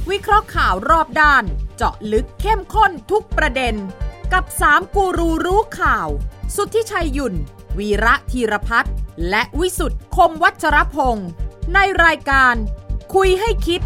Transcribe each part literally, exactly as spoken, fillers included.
วิเคราะห์ข่าวรอบด้านเจาะลึกเข้มข้นทุกประเด็นกับสามกูรูรู้ข่าวสุทธิชัยหยุ่นวีระธีรพัฒน์และวิสุทธิ์คมวัชรพงศ์ในรายการคุยให้คิด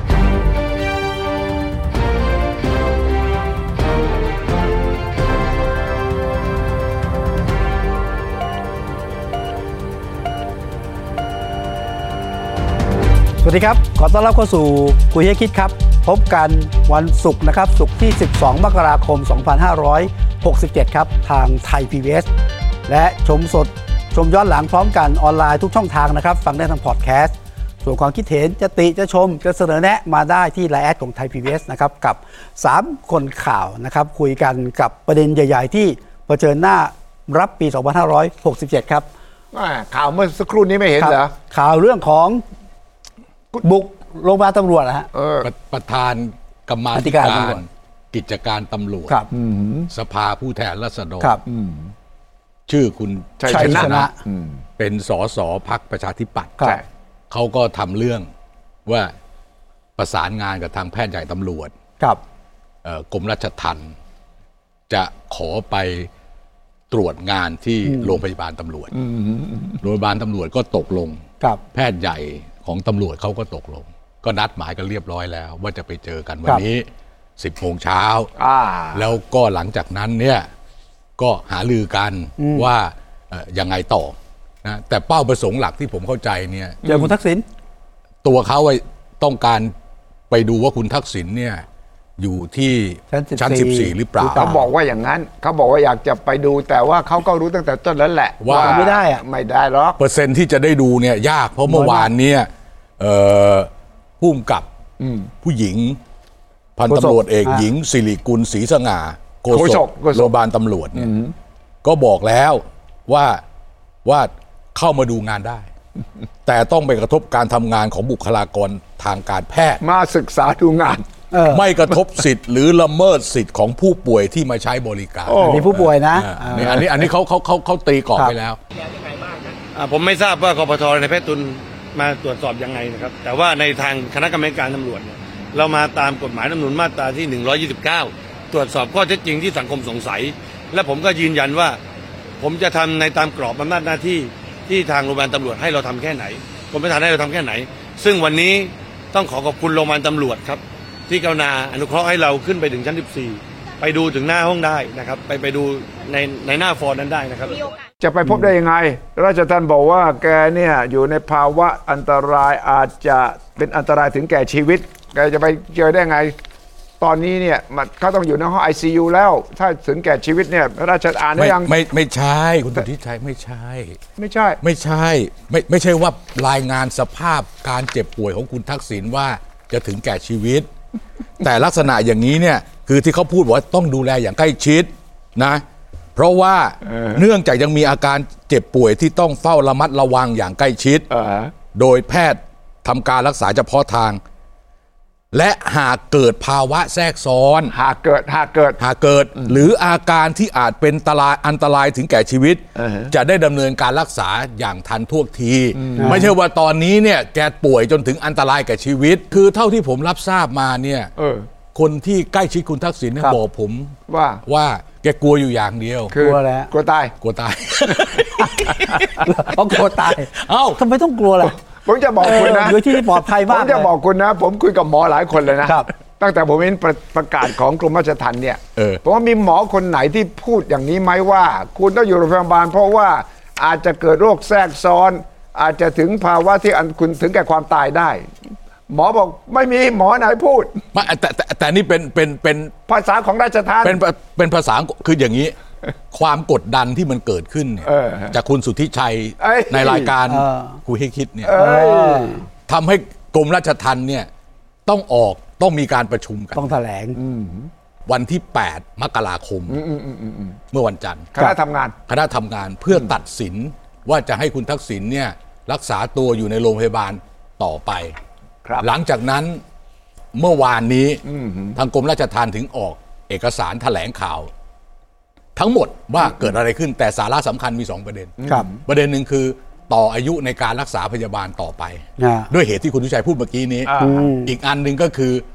สวัสดีครับขอต้อนรับเข้าสู่คุยให้คิดครับพบกันวันศุกร์นะครับศุกร์ที่สิบสองมกราคมสองพันห้าร้อยหกสิบเจ็ดครับทางไทย พี บี เอส และชมสดชมย้อนหลังพร้อมกันออนไลน์ทุกช่องทางนะครับฟังได้ทางพอดแคสต์ส่วนความคิดเห็นจะติจะชมจะเสนอแนะมาได้ที่ไลน์แอดของไทย พี บี เอส นะครับกับสามคนข่าวนะครับคุยกันกับประเด็นใหญ่ๆที่เผชิญหน้ารับปีสองพันห้าร้อยหกสิบเจ็ดครับข่าวเมื่อสักครู่นี้ไม่เห็นเหรอข่าวเรื่องของบุกโรงพยาบาลตำรวจนะฮะประธานกรรมาธิการกิจการตำรวจสภาผู้แทนราษฎรชื่อคุณชัยชนะเป็นสสพรรคประชาธิปัตย์เขาก็ทำเรื่องว่าประสานงานกับทางแพทย์ใหญ่ตำรวจกรมราชทัณฑ์จะขอไปตรวจงานที่โรงพยาบาลตำรวจโรงพยาบาลตำรวจก็ตกลงแพทย์ใหญ่ของตำรวจเขาก็ตกลงก็นัดหมายกันเรียบร้อยแล้วว่าจะไปเจอกันวันนี้สิบโมงเช้าแล้วก็หลังจากนั้นเนี่ยก็หาลือกันว่ายังไงต่อนะแต่เป้าประสงค์หลักที่ผมเข้าใจเนี่ยเจอคุณทักษิณตัวเขาต้องการไปดูว่าคุณทักษิณเนี่ยอยู่ที่ชั้นสิบสี่หรือเปล่าเขาบอกว่าอย่างนั้นเขาบอกว่าอยากจะไปดูแต่ว่าเขาก็รู้ตั้งแต่ต้นแล้วแหละว่าไม่ได้อะไม่ได้หรอกเปอร์เซ็นต์ที่จะได้ดูเนี่ยยากเพราะเมื่อวานเนี่ยผู้กำกับผู้หญิงพันตำรวจเอกหญิงสิริกุลศรีสง่าโฆษกโรงพยาบาลตำรวจเนี่ยก็บอกแล้วว่าว่าเข้ามาดูงานได้แต่ต้องไม่กระทบการทำงานของบุคลากรทางการแพทย์มาศึกษาดูงานไม่กระทบสิทธิ์หรือละเมิดสิทธิ์ของผู้ป่วยที่มาใช้บริการมีผู้ป่วยนะอันนี้อันนี้เขาเขาเขาเขาตีกรอบไปแล้วผมไม่ทราบว่ากปท.ในแพทย์ตุลมาตรวจสอบยังไงนะครับแต่ว่าในทางคณะกรรมการตำรวจเนี่ยเรามาตามกฎหมายรัฐธรรมนูญมาตราที่หนึ่งร้อยยี่สิบเก้าตรวจสอบข้อเท็จจริงที่สังคมสงสัยและผมก็ยืนยันว่าผมจะทำในตามกรอบอำนาจหน้าที่ที่ทางโรงพยาบาลตำรวจให้เราทำแค่ไหนกรมราชทัณฑ์ให้เราทำแค่ไหนซึ่งวันนี้ต้องขอขอบคุณโรงพยาบาลตำรวจครับที่กรุณาอนุเคราะห์ให้เราขึ้นไปถึงชั้นสิบสี่ไปดูถึงหน้าห้องได้นะครับไปไปดูในในหน้าฟอร์นั้นได้นะครับจะไปพบได้ยังไงราชทัณฑ์บอกว่าแกเนี่ยอยู่ในภาวะอันตรายอาจจะเป็นอันตรายถึงแก่ชีวิตแกจะไปเจอได้ไงตอนนี้เนี่ยมันเขาต้องอยู่ในห้อง ไอ ซี ยู แล้วถ้าถึงแก่ชีวิตเนี่ยราชทัณฑ์อ่านได้ยังไม่ไม่ใช่คุณสุทธิชัยไม่ใช่ไม่ใช่ไม่ใช่ไม่ไม่ใช่ว่ารายงานสภาพการเจ็บป่วยของคุณทักษิณว่าจะถึงแก่ชีวิตแต่ลักษณะอย่างนี้เนี่ยคือที่เขาพูดว่าต้องดูแลอย่างใกล้ชิดนะเพราะว่าเนื่องจากยังมีอาการเจ็บป่วยที่ต้องเฝ้าระมัดระวังอย่างใกล้ชิดโดยแพทย์ทำการรักษาเฉพาะทางและหากเกิดภาวะแทรกซ้อนหากเกิดหากเกิดหากเกิดหรืออาการที่อาจเป็นอันตรายอันตรายถึงแก่ชีวิตจะได้ดำเนินการรักษาอย่างทันท่วงทีไม่ใช่ว่าตอนนี้เนี่ยแกป่วยจนถึงอันตรายแก่ชีวิตคือเท่าที่ผมรับทราบมาเนี่ยคนที่ใกล้ชิดคุณทักษิณเนี่ยบอกผมว่าว่าแกกลัวอยู่อย่างเดียวกลัวแล้วกลัวตายกลัวตายเขากลัวตายเอ้าทำไมต้องกลัวล่ะผมจะบอกคุณนะอยู่ที่ปลอดภัยมากผมจะบอกคุณนะผมคุยกับหมอหลายคนเลยนะตั้งแต่ผมเห็นประกาศของกรมราชทัณฑ์เนี่ยเพราะว่ามีหมอคนไหนที่พูดอย่างนี้ไหมว่าคุณต้องอยู่โรงพยาบาลเพราะว่าอาจจะเกิดโรคแทรกซ้อนอาจจะถึงภาวะที่คุณถึงแก่ความตายได้หมอบอกไม่มีหมอไหนพูดไม่แต่แต่แต่นี่เป็นเป็นเป็นภาษาของราชทัณฑ์เป็นเป็นภาษาคืออย่างนี้ความกดดันที่มันเกิดขึ้นเนี่ยจากคุณสุทธิชัยในรายการคุยให้คิดเนี่ยทำให้กรมราชทัณฑ์เนี่ยต้องออกต้องมีการประชุมกันต้องแถลงวันที่แปดมกราคมเมื่อวันจันทร์คณะทำงานคณะทำงานเพื่อตัดสินว่าจะให้คุณทักษิณเนี่ยรักษาตัวอยู่ในโรงพยาบาลต่อไปหลังจากนั้นเมื่อวานนี้ทางกรมราชทัณฑ์ถึงออกเอกสารแถลงข่าวทั้งหมดว่าเกิดอะไรขึ้นแต่สาระสำคัญมีสองประเด็นประเด็นหนึ่งคือต่ออายุในการรักษาพยาบาลต่อไปด้วยเหตุที่คุณทุชัยพูดเมื่อกี้นี้อีกอันหนึ่งก็คือ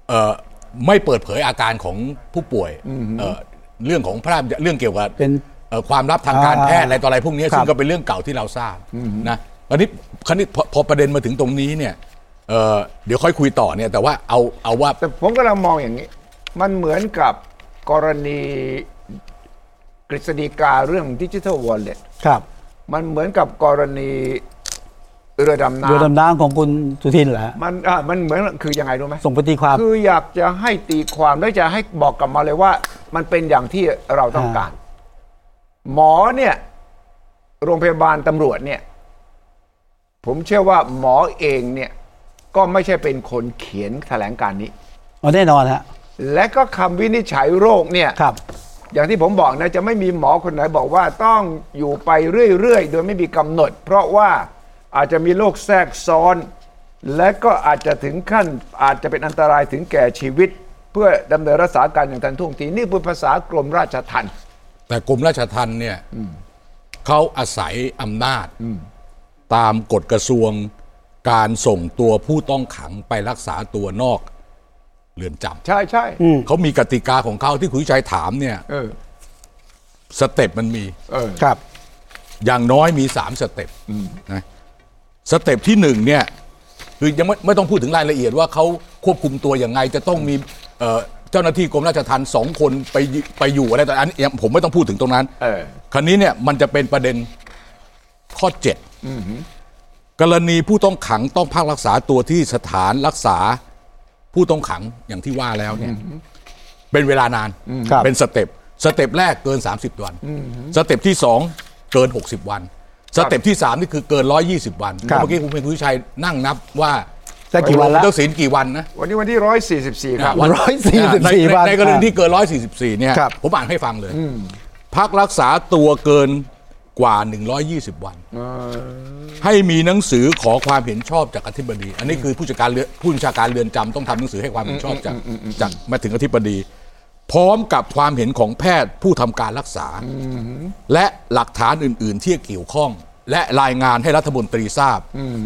เอ่อไม่เปิดเผยอาการของผู้ป่วยเอ่อเรื่องของพระราชเรื่องเกี่ยวกับเป็นความลับทางการแพทย์อะไรต่ออะไรพวกนี้ซึ่งก็เป็นเรื่องเก่าที่เราทราบนะตอนนี้คราวนี้พอประเด็นมาถึงตรงนี้เนี่ยเอ่อเดี๋ยวค่อยคุยต่อเนี่ยแต่ว่าเอาเอาว่าแต่ผมกำลังมองอย่างนี้มันเหมือนกับกรณีกฤษฎีกาเรื่องดิจิทัลวอลเล็ตครับมันเหมือนกับกรณีเรือดำน้ำเรือดำน้ำของคุณสุทินเหรอมันอ่ะมันเหมือนคือยังไงรู้ไหมส่งไปตีความคืออยากจะให้ตีความแล้วจะให้บอกกลับมาเลยว่ามันเป็นอย่างที่เราต้องการหมอเนี่ยโรงพยาบาลตำรวจเนี่ยผมเชื่อว่าหมอเองเนี่ยก็ไม่ใช่เป็นคนเขียนแถลงการนี้อ๋อแน่นอนฮะและก็คำวินิจฉัยโรคเนี่ยครับอย่างที่ผมบอกนะจะไม่มีหมอคนไหนบอกว่าต้องอยู่ไปเรื่อยๆโดยไม่มีกำหนดเพราะว่าอาจจะมีโรคแทรกซ้อนและก็อาจจะถึงขั้นอาจจะเป็นอันตรายถึงแก่ชีวิตเพื่อดำเนินรักษาการอย่างทันท่วงทีนี่เป็นภาษากรมราชทัณฑ์แต่กรมราชทัณฑ์เนี่ยเขาอาศัยอำนาจตามกฎกระทรวงการส่งตัวผู้ต้องขังไปรักษาตัวนอกเรือนจำใช่ใช่เขามีกติกาของเขาที่คุณชัยถามเนี่ยสเต็ปมันมีครับอย่างน้อยมีสามสเต็ปนะสเต็ปที่หนึ่งเนี่ยคือยังไม่ไม่ต้องพูดถึงรายละเอียดว่าเขาควบคุมตัวอย่างไงจะต้องมีเอ่อเจ้าหน้าที่กรมราชทัณฑ์สองคนไปไปอยู่อะไรแต่อันนี้ผมไม่ต้องพูดถึงตรงนั้นคราวนี้เนี่ยมันจะเป็นประเด็นข้อเจ็ดกรณีผู้ต้องขังต้องพักรักษาตัวที่สถานรักษาผู้ต้องขังอย่างที่ว่าแล้วเนี่ยเป็นเวลานานเป็นสเต็ปสเต็ปแรกเกินสามสิบวันสเต็ปที่สองเกินหกสิบวันสเต็ปที่สามนี่คือเกินหนึ่งร้อยยี่สิบวันเมื่อกี้คุณเป็นคุณชัยนั่งนับว่าจะกี่วันแล้วเจ้าศีลกี่วันนะวันนี้วันที่หนึ่งร้อยสี่สิบสี่ครับหนึ่งร้อยสี่สิบสี่วันในกรณีที่เกินหนึ่งร้อยสี่สิบสี่เนี่ยผมอ่านให้ฟังเลยพักรักษาตัวเกินกว่าหนึ่งร้อยยี่สิบวันให้มีหนังสือขอความเห็นชอบจากอธิบดีอันนี้คือผู้จัดการผู้บัญชาการเรือนจำต้องทำหนังสือให้ความเห็นชอบจากจากมาถึงอธิบดีพร้อมกับความเห็นของแพทย์ผู้ทำการรักษาและหลักฐานอื่นๆที่เกี่ยวข้องและรายงานให้รัฐมนตรีทราบ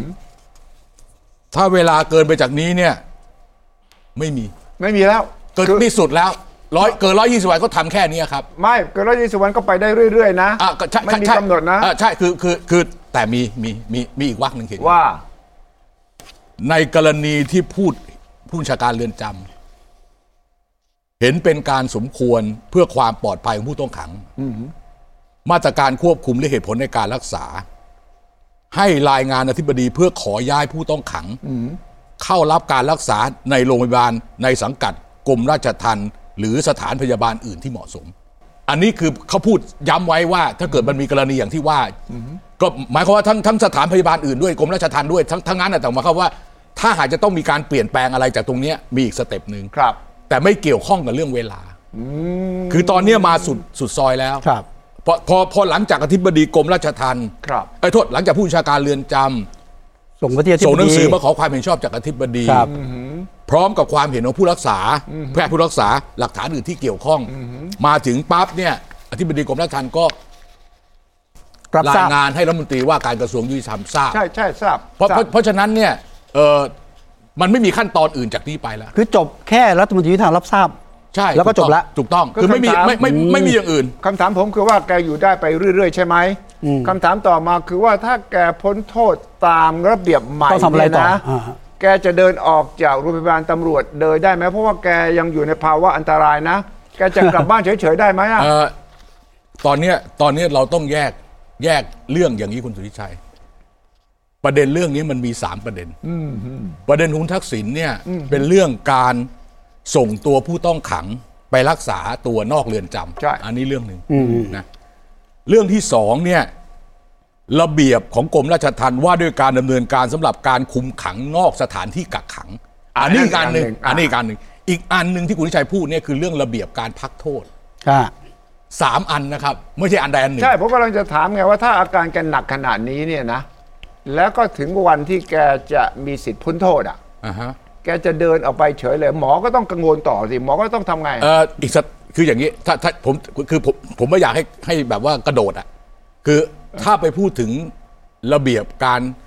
ถ้าเวลาเกินไปจากนี้เนี่ยไม่มีไม่มีแล้วเกินที่สุดแล้วร้อยเกินร้อยยี่สิบวันก็ทำแค่นี้ครับไม่เกินร้อยยี่สิบวันก็ไปได้เรื่อยๆนะไม่มีกำหนดนะใช่คือคือคือแต่มีมีมีมีอีกวรรคหนึ่งเขียนว่าในกรณีที่พูดผู้บัญชาการเรือนจำเห็นเป็นการสมควรเพื่อความปลอดภัยของผู้ต้องขังมาตรการควบคุมและเหตุผลในการรักษาให้รายงานอธิบดีเพื่อขอย้ายผู้ต้องขังเข้ารับการรักษาในโรงพยาบาลในสังกัดกรมราชทัณฑ์หรือสถานพยาบาลอื่นที่เหมาะสมอันนี้คือเขาพูดย้ำไว้ว่าถ้าเกิดมันมีกรณีอย่างที่ว่าก็หมายความว่าทั้งทั้งสถานพยาบาลอื่นด้วยกรมราชทัณฑ์ด้วยทั้งทั้งนั้นแต่หมายความว่าถ้าหากจะต้องมีการเปลี่ยนแปลงอะไรจากตรงนี้มีอีกสเต็ปหนึ่งแต่ไม่เกี่ยวข้องกับเรื่องเวลาคือตอนนี้มาสุดสุดซอยแล้วพอพอพอหลังจากอธิบดีกรมราชทัณฑ์ไอ้โทษหลังจากผู้บัญชาการเรือนจำส่งมาที่ส่งหนังสือมาขอความเห็นชอบจากอธิบดีพร้อมกับความเห็นของผู้รักษาแพทย์ผู้รักษาหลักฐานอื่นที่เกี่ยวข้องมาถึงปั๊บเนี่ยอธิบดีกรมราชทัณฑ์ก็รายงานให้รัฐมนตรีว่าการกระทรวงยุติธรรมทราบใช่ใช่ทราบเพราะเพราะฉะนั้นเนี่ยเออมันไม่มีขั้นตอนอื่นจากนี้ไปแล้วคือจบแค่รัฐมนตรียุติธรรมรับทราบใช่แล้วก็จบแล้วถูกต้องคือไม่มีไม่ไม่ไม่มีอย่างอื่นคำถามผมคือว่าแกอยู่ได้ไปเรื่อยๆใช่ไหมคำถามต่อมาคือว่าถ้าแกพ้นโทษตามระเบียบใหม่นะแกจะเดินออกจากโรงพยาบาลตำรวจเดินได้ไหมเพราะว่าแกยังอยู่ในภาวะอันตรายนะแกจะกลับบ้านเฉยๆได้ไหมอ่ะตอนนี้ตอนนี้เราต้องแยกแยกเรื่องอย่างนี้คุณสุทธิชัยประเด็นเรื่องนี้มันมีสามประเด็นประเด็นคุณทักษิณเนี่ยเป็นเรื่องการส่งตัวผู้ต้องขังไปรักษาตัวนอกเรือนจำอันนี้เรื่องหนึ่งนะเรื่องที่สองเนี่ยระเบียบของกรมราชทัณฑ์ว่าด้วยการดำเนินการสำหรับการคุมขังนอกสถานที่กักขังอันนี้การหนึ่งอันนี้การหนึ่งอีกอันหนึ่งที่คุณชัยพูดเนี่ยคือเรื่องระเบียบการพักโทษสามอันนะครับไม่ใช่อันใดอันหนึ่งใช่ผมกำลังจะถามไงว่าถ้าอาการแกหนักขนาดนี้เนี่ยนะแล้วก็ถึงวันที่แกจะมีสิทธิ์พ้นโทษอ่ะแกจะเดินออกไปเฉยเลยหมอก็ต้องกังวลต่อสิหมอก็ต้องทำไงเอออีกสักคืออย่างนี้ถ้าถ้าผมคือผมผมไม่อยากให้ให้แบบว่ากระโดดอ่ะคือถ้าไปพูดถึงระเบียบการ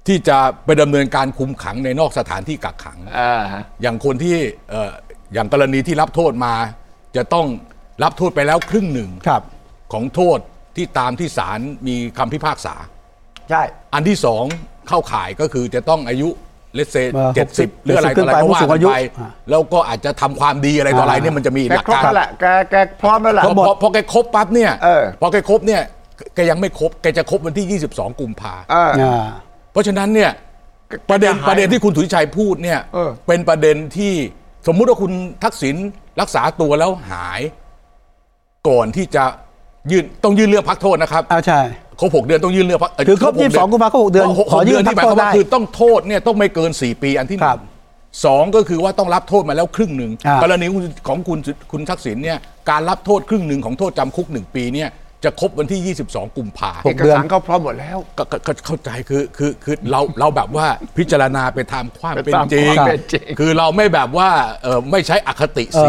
ที่จะไปดำเนินการคุมขังในนอกสถานที่กักขัง อย่างคนที่อย่างกรณีที่รับโทษมาจะต้องรับโทษไปแล้วครึ่งหนึ่งของโทษที่ตามที่ศาลมีคำพิพากษาใช่อันที่สองเข้าข่ายก็คือจะต้องอายุเลสเซเจ็ดสิบหรืออะไรต่ออะไรก็ว่ากันไปแล้วก็อาจจะทำความดีอะไรต่ออะไรเนี่ยมันจะมีหลักการแหละแกแกพร้อมแล้วแหละพอพอแกครบปั๊บเนี่ยพอแกครบเนี่ยแกยังไม่ครบแกจะครบวันที่ยี่สิบสองกุมภาพันธ์เพราะฉะนั้นเนี่ยประเด็นประเด็นที่คุณสุทธิชัยพูดเนี่ยเป็นประเด็นที่สมมุติว่าคุณทักษิณรักษาตัวแล้วหายก่อนที่จะยื่นต้องยื่นเรื่องพักโทษนะครับอ้าวใช่ครบหกเดือนต้องยื่นเรื่องพักคือครบยี่สิบสองกุมภาพันธ์ก็หกเดือนขอยื่นที่หมายความว่าคือต้องโทษเนี่ยต้องไม่เกินสี่ปีอันที่หนึ่งสองก็คือว่าต้องรับโทษมาแล้วครึ่งหนึ่งกรณีของคุณคุณทักษิณเนี่ยการรับโทษครึ่งหนึ่งของโทษจำคุกหนึ่งปีเนี่ยจะครบวันที่ยี่สิบสองกุมภาพันธ์เอกสารเขาพร้อมหมดแล้วก็เข้าใจคือคือคือเราเราแบบว่าพิจารณาไปตามความเป็นจริงคือเราไม่แบบว่าเออไม่ใช้อคติสี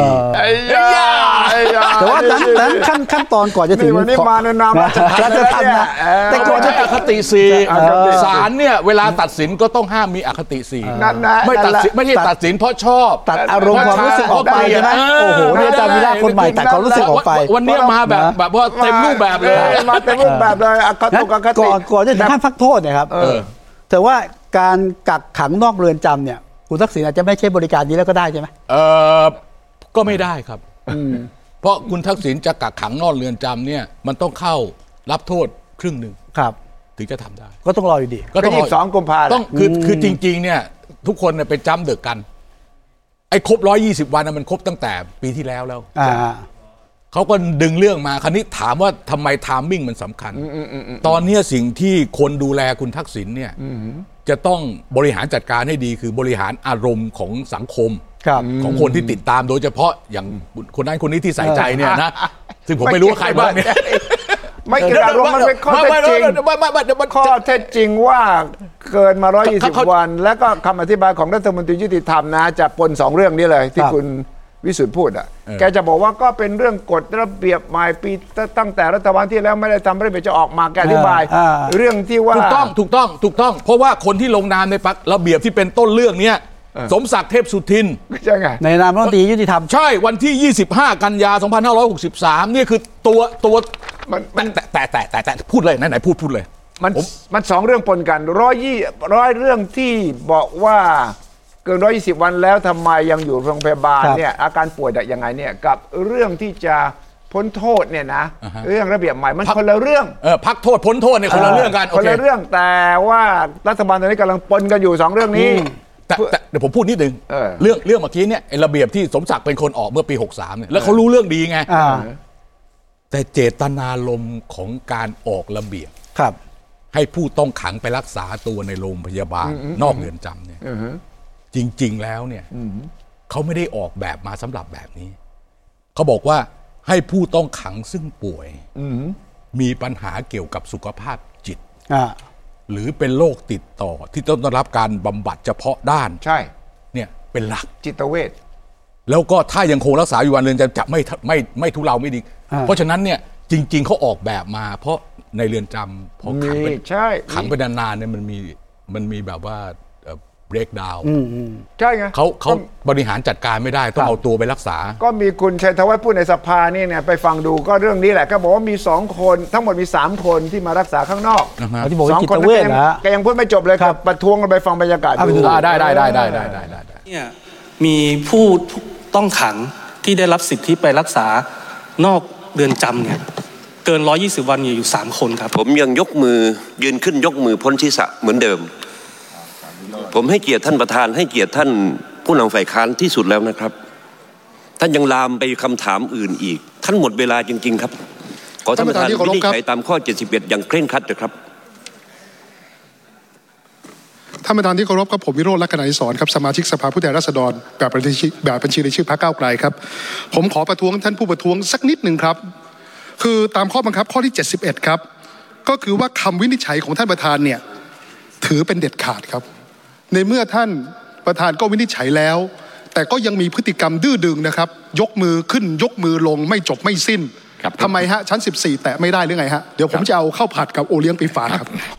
แต่ว่านั้นขั้นขั้นตอนก่อนจะถึงวันนี้มาในนามราชทัณฑ์นะแต่ก่อนจะอคติสีศาลเนี่ยเวลาตัดสินก็ต้องห้ามมีอคติสีไม่ตัดสินไม่ใช่ตัดสินเพราะชอบตัดอารมณ์ความรู้สึกออกไปใช่ไหมโอ้โหเนี่ยอาจารย์วีระคนใหม่ตัดความรู้สึกออกไปวันนี้มาแบบแบบว่าเต็มรูปแบบเลยมาเต็มรูปแบบเลยอคติก่อนก่อนจะถึงขั้นพักโทษเนี่ยครับแต่ว่าการกักขังนอกเรือนจำเนี่ยคุณทักษิณอาจจะไม่ใช้บริการนี้แล้วก็ได้ใช่ไหมเออก็ไม่ได้ครับเพราะคุณทักษิณจะกักขังนอกเรือนจำเนี่ยมันต้องเข้ารับโทษครึ่งหนึ่งครับถึงจะทำได้ก็ต้องรออยู่ดีก็ต้องยี่สิบสองกุมภาพันธ์ต้องคือคือจริงๆเนี่ยทุกคนเนี่ยไปจำเดือดกันไอ้ครบร้อยยี่สิบวันมันครบตั้งแต่ปีที่แล้วแล้วเขาก็ดึงเรื่องมาคราวนี้ถามว่าทำไมไทมิ่งมันสำคัญตอนนี้สิ่งที่คนดูแลคุณทักษิณเนี่ยจะต้องบริหารจัดการให้ดีคือบริหารอารมณ์ของสังคมของคนที่ติดตามโดยเฉพาะอย่างคนนั้นคนนี้ที่ใส่ใจเนี่ยนะซึ่งผมไม่รู้ว่าใครบ้างเนี่ยไม่เกี่ยวกับอารมณ์มันเป็นข้อเท็จจริงข้อเท็จจริงว่าเกินมาหนึ่งร้อยยี่สิบวันแล้วก็คำอธิบายของรัฐมนตรียุติธรรมนะจะปนสองเรื่องนี้เลยที่คุณวิสุทธิ์พูดอ่ะแกจะบอกว่าก็เป็นเรื่องกฎระเบียบใหม่ปีตั้งแต่รัฐบาลที่แล้วไม่ได้ทำระเบียบจะออกมาแกอธิบายเรื่องที่ว่าถูกต้องถูกต้องถูกต้องเพราะว่าคนที่ลงนามในระเบียบที่เป็นต้นเรื่องเนี้ยสมศักดิ์เทพสุทินใช่ไงในนามรัฐมนตรียุติธรรมใช่วันที่ยี่สิบห้ากันยาสองพันห้าร้อยหกสิบสามนี่คือตัวตัวมันแต่แต่แต่แต่แต่พูดเลยไหนไหนพูดพูดเลยมันมันสองเรื่องปนกันร้อยยี่ร้อยเรื่องที่บอกว่าเกินร้อยยี่สิบวันแล้วทำไมยังอยู่โรงพยาบาลเนี่ยอาการป่วยได้ยังไงเนี่ยกับเรื่องที่จะพ้นโทษเนี่ยนะเรื่องระเบียบใหม่มันคนละเรื่องเออพักโทษพ้นโทษเนี่ยคนละเรื่องกันคนละเรื่องแต่ว่ารัฐบาลตอนนี้กำลังปนกันอยู่สองเรื่องนี้แต่เดี๋ยวผมพูดนิดนึงเรื่องเรื่องเมื่อกี้เนี่ยระเบียบที่สมศักดิ์เป็นคนออกเมื่อปีหกสามเนี่ยแล้วเขารู้เรื่องดีไงแต่เจตนารมณ์ของการออกระเบียบครับให้ผู้ต้องขังไปรักษาตัวในโรงพยาบาลนอกเรือนจำเนี่ยจริงๆแล้วเนี่ยเขาไม่ได้ออกแบบมาสำหรับแบบนี้เขาบอกว่าให้ผู้ต้องขังซึ่งป่วยมีปัญหาเกี่ยวกับสุขภาพจิตหรือเป็นโรคติดต่อที่ต้องได้รับการบำบัดเฉพาะด้านใช่เนี่ยเป็นหลักจิตเวชแล้วก็ถ้ายังคงรักษาอยู่วันเรือนจำจะไม่ไม่ไม่ทุเลาไม่ดีเพราะฉะนั้นเนี่ยจริงๆเขาออกแบบมาเพราะในเรือนจำพอขังไปขังไปนานๆเนี่ยมันมีมันมีแบบว่าเบรกดาวน์ใช่ไงเขาเขาบริหารจัดการไม่ได้ต้องเอาตัวไปรักษาก็มีคุณชัยธวัฒน์พูดในสภานี่เนี่ยไปฟังดูก็เรื่องนี้แหละก็บอกว่ามีสองคนทั้งหมดมีสามคนที่มารักษาข้างนอกสองคนนั้นแกยังพูดไม่จบเลยครับประท้วงกันไปฟังบรรยากาศดูได้ได้ได้ได้ได้ได้ได้เนี่ยมีผู้ต้องขังที่ได้รับสิทธิไปรักษานอกเรือนจำเนี่ยเกินหนึ่งร้อยยี่สิบวันอยู่สามคนครับผมยังยกมือยืนขึ้นยกมือพ้นศีรษะเหมือนเดิมผมให้เกียรติท่านประธานให้เกียรติท่านผู้นำฝ่ายค้านที่สุดแล้วนะครับท่านยังลามไปคำถามอื่นอีกท่านหมดเวลาจริงๆครับขอท่านประธานวินิจฉัยตามข้อเจ็ดสิบเอ็ดอย่างเคร่งครัดนะครับท่านประธานที่เคารพครับผมวิโรจน์ ลักษณะอิสรครับสมาชิกสภาผู้แทนราษฎรแบบบัญชีแบบบัญชีรายชื่อพรรคก้าวไกลครับผมขอประท้วงท่านผู้ประท้วงสักนิดหนึ่งครับคือตามข้อบังคับข้อที่เจ็ดสิบเอ็ดครับก็คือว่าคำวินิจฉัยของท่านประธานเนี่ยถือเป็นเด็ดขาดครับในเมื่อท่านประธานก็วินิจฉัยแล้วแต่ก็ยังมีพฤติกรรมดื้อดึงนะครับยกมือขึ้นยกมือลงไม่จบไม่สิ้นทำไมฮะชั้นสิบสี่แตะไม่ได้หรือไงฮะเดี๋ยวผมจะเอาข้าวผัดกับโอเลี้ยงไปฝากครับ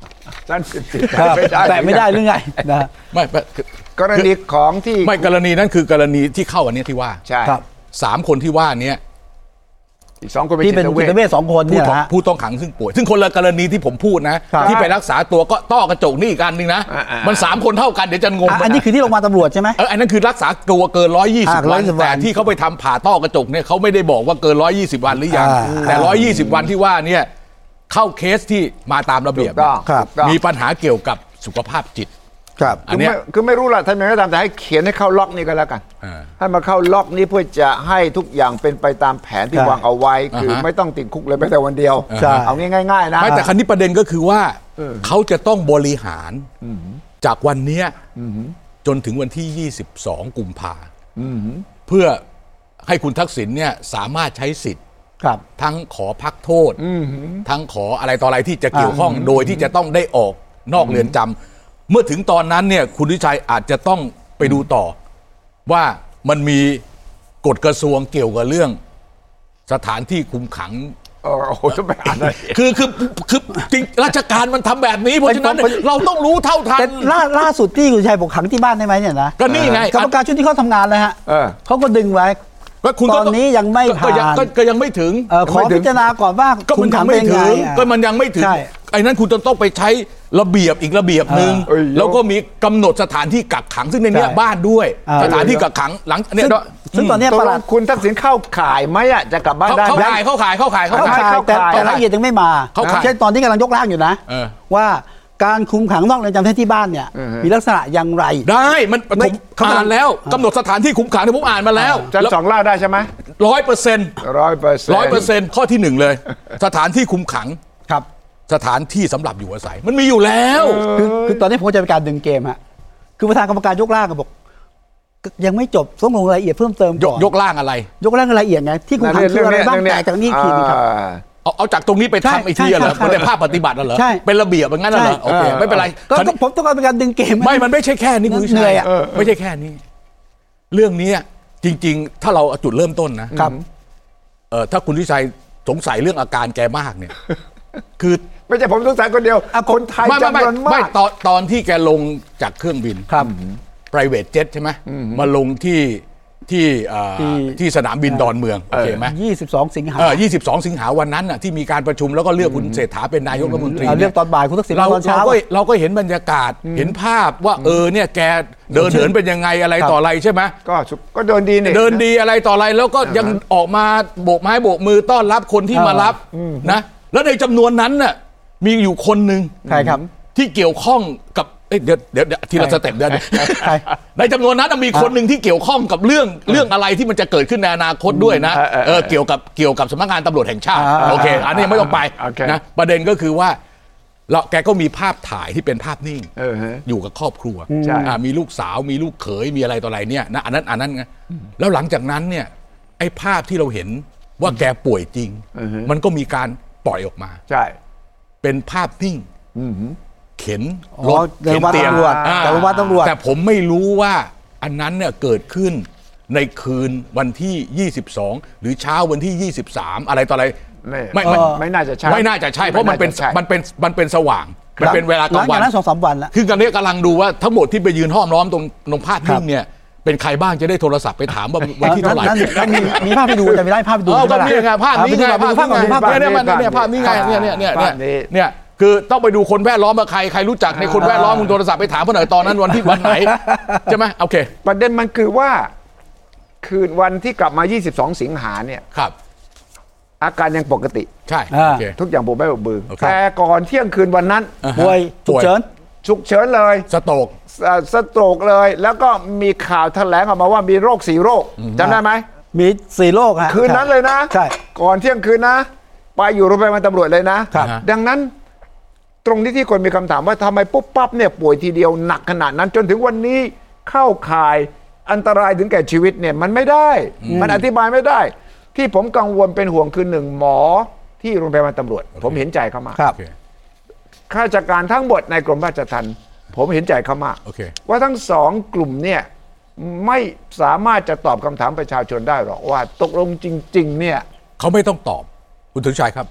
ชั้นสิบสี่ไม่ได้แต่ไม่ได้หรือไงนะไม่กรณีของที่ไม่กรณีนั้นคือกรณีที่เข้าอันนี้ที่ว่าใช่สามคนที่ว่านี้อีกสองคนที่เป็นจิตเวชสองคนเนี่ยฮะผู้ต้องขังซึ่งป่วยซึ่งคนละกรณีที่ผมพูดนะที่ไปรักษาตัวก็ต้อกระจกนี่อีกอันนึงนะมันสามคนเท่ากันเดี๋ยวจะงงอันนี้คือที่โรงพยาบาลตำรวจใช่ไหมเอออันนั้นคือรักษาตัวเกินร้อยยี่สิบวันแต่ที่เขาไปทำผ่าต้อกระจกเนี่ยเขาไม่ได้บอกว่าเกินร้อยยี่สิบวันหรือยังแต่ร้อยยี่สิบวันที่ว่าเนี่ยเข้าเคสที่มาตามระเบียบมีปัญหาเกี่ยวกับสุขภาพจิตครับอันนี้คือไม่รู้ละท่านไม่ได้ตามแต่ให้เขียนให้เข้าล็อกนี้ก็แล้วกันให้มาเข้าล็อกนี้เพื่อจะให้ทุกอย่างเป็นไปตามแผนที่วางเอาไว้คือไม่ต้องติดคุกเลยแม้แต่วันเดียวเอาง่ายๆนะไม่แต่คันนี้ประเด็นก็คือว่าเขาจะต้องบริหารจากวันนี้จนถึงวันที่ยี่สิบสองกุมภาพันธ์เพื่อให้คุณทักษิณเนี่ยสามารถใช้สิทธิ์ทั้งขอพักโทษทั้งขออะไรต่ออะไรที่จะเกี่ยวข้องโดยที่จะต้องได้ออกนอกเรือนจำเมื่อถึงตอนนั้นเนี่ยคุณวิชัยอาจจะต้องไปดูต่อว่ามันมีกฎกระทรวงเกี่ยวกับเรื่องสถานที่คุมขังโอ้โหจะไปอ่านอะไรคือคือคือจริงราชการมันทำแบบนี้เพราะฉะนั้นเราต้องรู้เท่าทันแต่ล่าล่าสุดที่คุณชัยบอกขังที่บ้านได้ไหมเนี่ยนะก็นี่ไงกรรมการชุดที่เขาทำงานเลยฮะเขาก็ดึงไว้ตอนนี้ยังไม่ผ่านก็ยังไม่ถึงขอพิจารณาก่อนว่าก็มันยังไม่ถึงก็มันยังไม่ถึงไอ้นั้นคุณต้องไปใช้ระเบียบอีกระเบียบหนึ่งแล้วก็มีกำหนดสถานที่กักขังซึ่งในนี้บ้านด้วยสถานที่กักขังหลังเนี่ยซึ่งตอนนี้ประหลัดคุณทักษิณเข้าข่ายไหมอ่ะจะกลับบ้านได้เข้าข่ายเข้าข่ายเข้าข่ายเข้าข่ายแต่รายละเอียดยังไม่มาเช่นตอนนี้กำลังยกร่างอยู่นะว่าการคุมขังนอกเรือนจำที่บ้านเนี่ยมีลักษณะอย่างไรได้มันผมอ่านแล้วกำหนดสถานที่คุมขังที่ผมอ่านมาแล้วจะสองล่าได้ใช่ไหมร้อยเปอร์เซ็นต์ร้อยเปอร์เซ็นต์ร้อยเปอร์เซ็นต์ข้อที่หนึ่งเลยสถานที่คุมขังครับสถานที่สำหรับอยู่อาศัยมันมีอยู่แล้วคือคือตอนนี้ผมจะเป็นการดึงเกมฮะคือประธานกรรมการยกร่างก็บอกยังไม่จบต้องลงรายละเอียดเพิ่มเติมก่อนยกร่างอะไรยกร่างรายละเอียดไงที่คุมขังคืออะไรบ้างแต่จากนี้ทีนึงครับเอาเอาจากตรงนี้ไปทำไอ้ที่เหรอมันเป็นภาพปฏิบัติเหรอเป็นระเบียบอย่างนั้นเหรอโอเคไม่เป็นไรก็ผมต้องการเป็นการดึงเกมไม่มันไม่ใช่แค่นี้คุณชัยไม่ใช่แค่นี้เรื่องนี้จริงๆถ้าเราจุดเริ่มต้นนะครับเออถ้าคุณวิชัยสงสัยเรื่องอาการแกมากเนี่ยคือไม่ใช่ผมสงสัยคนเดียวคนไทยจำนวนมากไม่ตอนตอนที่แกลงจากเครื่องบินครับ private jet ใช่ไหมมาลงที่ที่ที่สนามบินดอนเมืองโอเคไหมยี่สิบสองสิงหาเออยี่สิบสองสิงหาวันนั้นน่ะที่มีการประชุมแล้วก็เลือกคุณเศรษฐาเป็นนายกรัฐมนตรีเลือกตอนบ่ายคุณทักษิณตอนเช้าเราก็เราก็เห็นบรรยากาศเห็นภาพว่าเออเนี่ยแกเดินเหินเป็นยังไงอะไรต่ออะไรใช่ไหมก็ก็เดินดีเนี่ยเดินดีอะไรต่ออะไรแล้วก็ยังออกมาโบกไม้โบกมือต้อนรับคนที่มารับนะแล้วในจำนวนนั้นน่ะมีอยู่คนหนึ่งใช่ครับที่เกี่ยวข้องกับเดี๋ยวเดี๋ยวทีละสเต็ปเดี๋ยวในจำนวนนั้นมีคนหนึ่งที่เกี่ยวข้องกับเรื่องเรื่องอะไรที่มันจะเกิดขึ้นในอนาคตด้วยนะเออเกี่ยวกับเกี่ยวกับสำนักงานตำรวจแห่งชาติโอเคอันนี้ไม่ต้องไปนะประเด็นก็คือว่าเราแกก็มีภาพถ่ายที่เป็นภาพนิ่งอยู่กับครอบครัวมีลูกสาวมีลูกเขยมีอะไรต่ออะไรเนี่ยนะอันนั้นอันนั้นไงแล้วหลังจากนั้นเนี่ยไอ้ภาพที่เราเห็นว่าแกป่วยจริงมันก็มีการปล่อยออกมาใช่เป็นภาพนิ่งเข็นรถเข็นเตียงแต่ว่าตำรวจแต่ผมไม่รู้ว่าอันนั้นเนี่ยเกิดขึ้นในคืนวันที่ยี่สิบสองหรือเช้าวันที่ยี่สิบสามอะไรต่ออะไรไม่ไม่ไม่น่าจะใช่ไม่น่าจะใช่เพราะมันเป็นมันเป็นมันเป็นสว่างมันเป็นเวลากลางวันหลังจากนั้นสองสามวันแล้วคือกันนี้กำลังดูว่าทั้งหมดที่ไปยืนห้อมล้อมตรงตรงภาพนิ่งเนี่ยเป็นใครบ้างจะได้โทรศัพท์ไปถามว่าวันที่เท่าไหร่มีมีภาพไปดูแต่ไม่ได้ภาพไปดูอ๋อก็นี่ไงภาพนี้ไงภาพนี้ไงเนี่ยมันเนี่ยภาพนี้ไงเนี่ยเนี่ยเนี่ยเนี่ยคือต้องไปดูคนแวดล้อมว่าใครใครรู้จักในคนแวดล้อมมึงโทรศัพท์ไปถามเขาหน่อยตอนนั้นวันที่วันไหนใช่ไหมโอเคประเด็นมันคือว่าคืนวันที่กลับมายี่สิบสองสิงหาเนี่ยครับอาการยังปกติใช่ทุกอย่างผมไม่บกมือแต่ก่อนเที่ยงคืนวันนั้นป่วยฉุกเฉินฉุกเฉินเลยสโตรกสโตรกเลยแล้วก็มีข่าวแถลงออกมาว่ามีโรคสี่โรคจำได้ไหมมีสี่โรคฮะคืนนั้นเลยนะใช่ก่อนเที่ยงคืนนะไปอยู่โรงพยาบาลตำรวจเลยนะดังนั้นตรงนี้ที่คนมีคำถามว่าทำไมปุ๊บปั๊บเนี่ยป่วยทีเดียวหนักขนาดนั้นจนถึงวันนี้เข้าข่ายอันตรายถึงแก่ชีวิตเนี่ยมันไม่ได้มันอธิบายไม่ได้ที่ผมกังวลเป็นห่วงคือหนึ่งหมอที่โรงพยาบาลตำรวจผมเห็นใจเขามากข้าราชการทั้งหมดในกรมราชทัณฑ์ผมเห็นใจเขามากว่าทั้งสองกลุ่มเนี่ยไม่สามารถจะตอบคำถามประชาชนได้หรอกว่าตกลงจริงๆเนี่ยเขาไม่ต้องตอบคุณถึงชัยครับ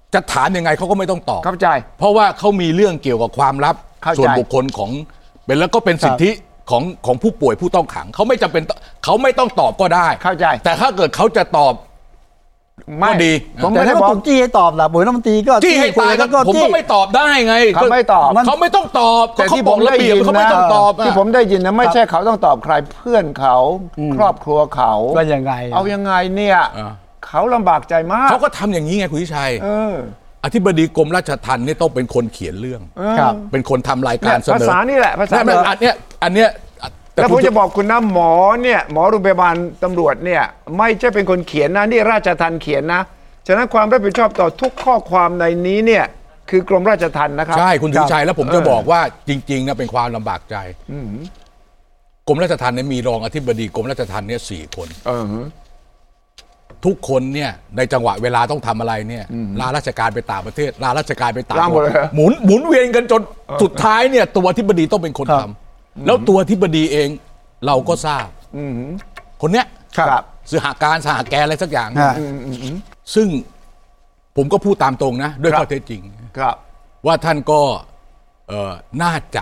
จะถามยังไงเขาก็ไม่ต้องตอบเข้าใจเพราะว่าเขามีเรื่องเกี่ยวกับความลับส่วนบุคคลของเป็นแล้วก็เป็นสิทธิของของผู้ป่วยผู้ต้องขังเขาไม่จำเป็นเขาไม่ต้องตอบก็ได้เข้าใจแต่ถ้าเกิดเขาจะตอบไม่ดีผมไม่ได้บอกผมจี้ให้ตอบล่ะผมรัฐมนตรีก็จี้ให้ตายก็ผมก็ไม่ตอบได้ไงเขาไม่ตอบเขาไม่ต้องตอบแต่ที่ผมได้ยินเขาไม่ต้องตอบที่ผมได้ยินนะไม่ใช่เขาต้องตอบใครเพื่อนเขาครอบครัวเขาว่ายังไงเอายังไงเนี่ยเขาลำบากใจมากเขาก็ทำอย่างนี้ไงคุณวิชัยอธิบดีกรมราชทัณฑ์นี่ต้องเป็นคนเขียนเรื่องเป็นคนทำรายการเสนอภาษานี่แหละภาษาอันเนี้ยอันเนี้ยแล้วผมจะบอกคุณนะหมอเนี่ยหมอโรงพยาบาลตำรวจเนี่ยไม่ใช่เป็นคนเขียนนะนี่ราชทัณฑ์เขียนนะฉะนั้นความรับผิดชอบต่อทุกข้อความในนี้เนี่ยคือกรมราชทัณฑ์นะครับใช่คุณสุชัยแล้วผมจะบอกว่าจริงๆนะเป็นความลำบากใจกรมราชทัณฑ์เนี่ยมีรองอธิบดีกรมราชทัณฑ์เนี่ยสี่คนทุกคนเนี่ยในจังหวะเวลาต้องทำอะไรเนี่ยลาราชการไปต่างประเทศลาราชการไปต่างประเทศหมุนหมุนเวียนกันจนสุดท้ายเนี่ยตัวอธิบดีต้องเป็นคนทำแล้วตัวอธิบดีเองเราก็ทราบคนเนี้ยสหการสหแกอะไรสักอย่างซึ่งผมก็พูดตามตรงนะด้วยข้อเท็จจริงว่าท่านก็น่าจะ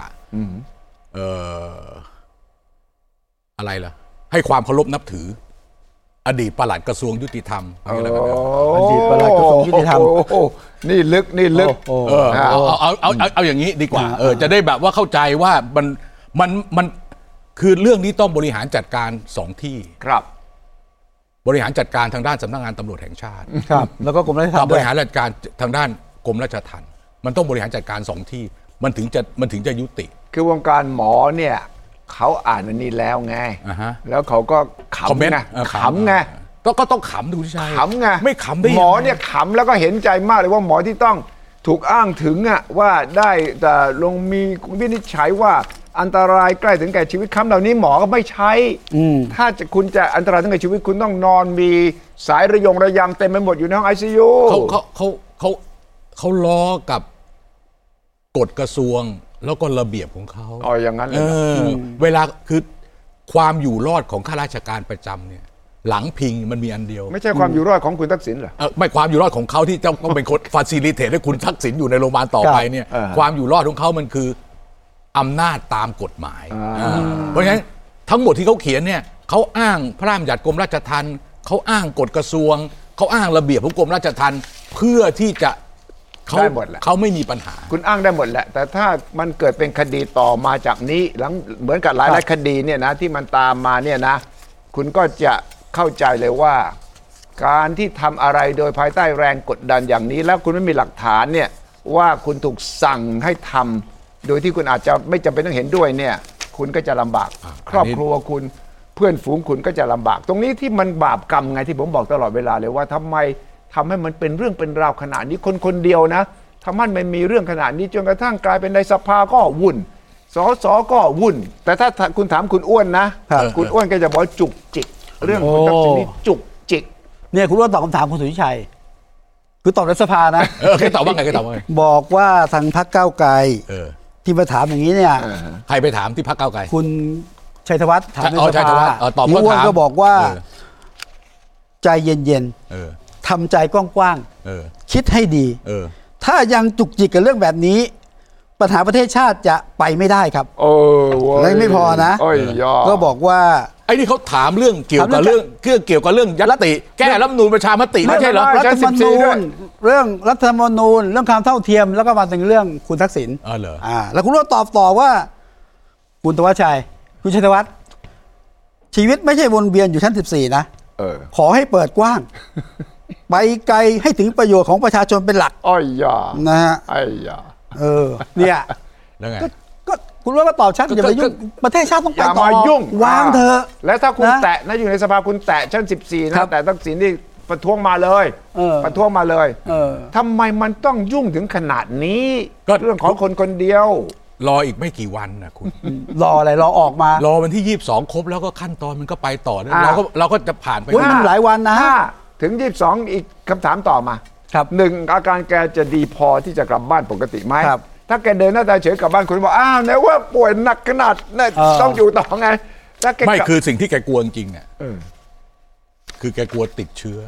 อะไรล่ะให้ความเคารพนับถืออดีตปลัดกระทรวงยุติธรรมอดีตปลัดกระทรวงยุติธรรมนี่ลึกนี่ลึกเอาเอาเอาเอาเอาอย่างนี้ดีกว่าเออจะได้แบบว่าเข้าใจว่ามันมันมันคือเรื่องนี้ต้องบริหารจัดการสองที่ครับบริหารจัดการทางด้านสำนักงานตำรวจแห่งชาติครับแล้วก็กรมราชทัณฑ์บริหารจัดการทางด้านกรมราชทัณฑ์มันต้องบริหารจัดการสองที่มันถึงจะมันถึงจะยุติคือวงการหมอเนี่ยเขาอ่านอันนี้แล้วไงแล้วเขาก็ขำไงขำไงก็ต้องขำดูใช่ขำไงไม่ขำได้หมอเนี่ยขำแล้วก็เห็นใจมากเลยว่าหมอที่ต้องถูกอ้างถึงอ่ะว่าได้แต่ลงมีวินิจฉัยว่าอันตรายใกล้ถึงแก่ชีวิตคำเหล่านี้หมอก็ไม่ใช้ถ้าจะคุณจะอันตรายถึงแก่ชีวิตคุณต้องนอนมีสายระยงระยำเต็มไปหมดอยู่ในห้องไอซียูเขาเขาเขาเขาเขาล้อกับกฎกระทรวงแล้วก็ระเบียบของเขาอ๋ออย่างนั้นเลยเวลาคือความอยู่รอดของข้าราชการประจำเนี่ยหลังพิงมันมีอันเดียวไม่ใช่ความอยู่รอดของคุณทักษิณเหรอไม่ความอยู่รอดของเขาที่ต้องเป็นคนฟาซิลิเทตให้คุณทักษิณอยู่ในโรงพยาบาลต่อไปเนี่ยความอยู่รอดของเขามันคืออำนาจตามกฎหมายเพราะฉะนั้นทั้งหมดที่เขาเขียนเนี่ยเขาอ้างพระราชบัญญัติกรมราชทัณฑ์เขาอ้างกฎกระทรวงเขาอ้างระเบียบของกรมราชทัณฑ์เพื่อที่จะเขาเขาไม่มีปัญหาคุณอ้างได้หมดแหละแต่ถ้ามันเกิดเป็นคดีต่อมาจากนี้หลังเหมือนกับหลายหลายคดีเนี่ยนะที่มันตามมาเนี่ยนะคุณก็จะเข้าใจเลยว่าการที่ทำอะไรโดยภายใต้แรงกดดันอย่างนี้แล้วคุณไม่มีหลักฐานเนี่ยว่าคุณถูกสั่งให้ทำโดยที่คุณอาจจะไม่จำเป็นต้องเห็นด้วยเนี่ยคุณก็จะลำบากครอบครัวคุณเพื่อนฝูงคุณก็จะลำบากตรงนี้ที่มันบาปกรรมไงที่ผมบอกตลอดเวลาเลยว่าทำไมทำให้มันเป็นเรื่องเป็นราวขนาดนี้คนคนเดียวนะทำให้มันมีเรื่องขนาดนี้จนกระทั่งกลายเป็นในสภาก็วุ่นสสก็วุ่นแต่ถ้าคุณถามคุณอ้วนนะคุณอ้วนก็จะบอกจุกจิกเรื่องคุณทักษิณนี่จุกจิกเนี่ยคุณอ้วนตอบคำถามคุณสุทธิชัยคือตอบในสภานะเคยตอบว่าไงเคยตอบว่าไงบอกว่าทางพรรคก้าวไกลที่มาถามอย่างนี้เนี่ยใครไปถามที่พรรคก้าวไกลคุณชัยธวัฒน์ถามในสภาตอบว่าก็บอกว่าใจเย็นๆทำใจกว้างๆคิดให้ดีถ้ายังจุกจิกกับเรื่องแบบนี้ปัญหาประเทศชาติจะไปไม่ได้ครับโอ้และไม่พอนะก็บอกว่าไอ้นี่เขาถามเรื่องเกี่ยวกับเรื่องเรื่องเกี่ยวกับเรื่องยัตติแก้รัฐธรรมนูญประชามติไม่ใช่เหรอรัฐธรรมนูญเรื่องรัฐธรรมนูญเรื่องความเท่าเทียมแล้วก็มาถึงเรื่องคุณทักษิณอ๋อเหรออ่าแล้วคุณรู้ตอบต่อว่าคุณธวัชชัยคุณชัยธวัฒน์ชีวิตไม่ใช่วนเวียนอยู่ชั้นสิบสี่นะเออขอให้เปิดกว้างไปไกลให้ถึงประโยชน์ของประชาชนเป็นหลักอ้อยยานะฮะอ้อยยาเออเนี่ยแล้วไงก็คุณว่าก็ตอบชัดอย่าไปยุ่งประเทศชาติต้องไปต่อยุ่งวางเถอะแล้วถ้าคุณแตะนะอยู่ในสภาคุณแตะชั้นสิบสี่นะแต่ทักษิณนี่ประท้วงมาเลยประท้วงมาเลยทำไมมันต้องยุ่งถึงขนาดนี้เรื่องของคนคนเดียวรออีกไม่กี่วันนะคุณรออะไรรอออกมารอวันที่ยี่สิบสองครบแล้วก็ขั้นตอนมันก็ไปต่อเราก็เราก็จะผ่านไปมันหลายวันนะถึงยี่สิบสองอีกคำถามต่อมาหนึ่งอาการแกจะดีพอที่จะกลับบ้านปกติไหมถ้าแกเดินหน้าตาเฉยกลับบ้านคุณบอกอ้าวไหนว่าป่วยหนักขนาดนั้นต้องอยู่ต่อไงไม่คือสิ่งที่แกกลัวจริงเนี่ยคือแกกลัวติดเชื้อ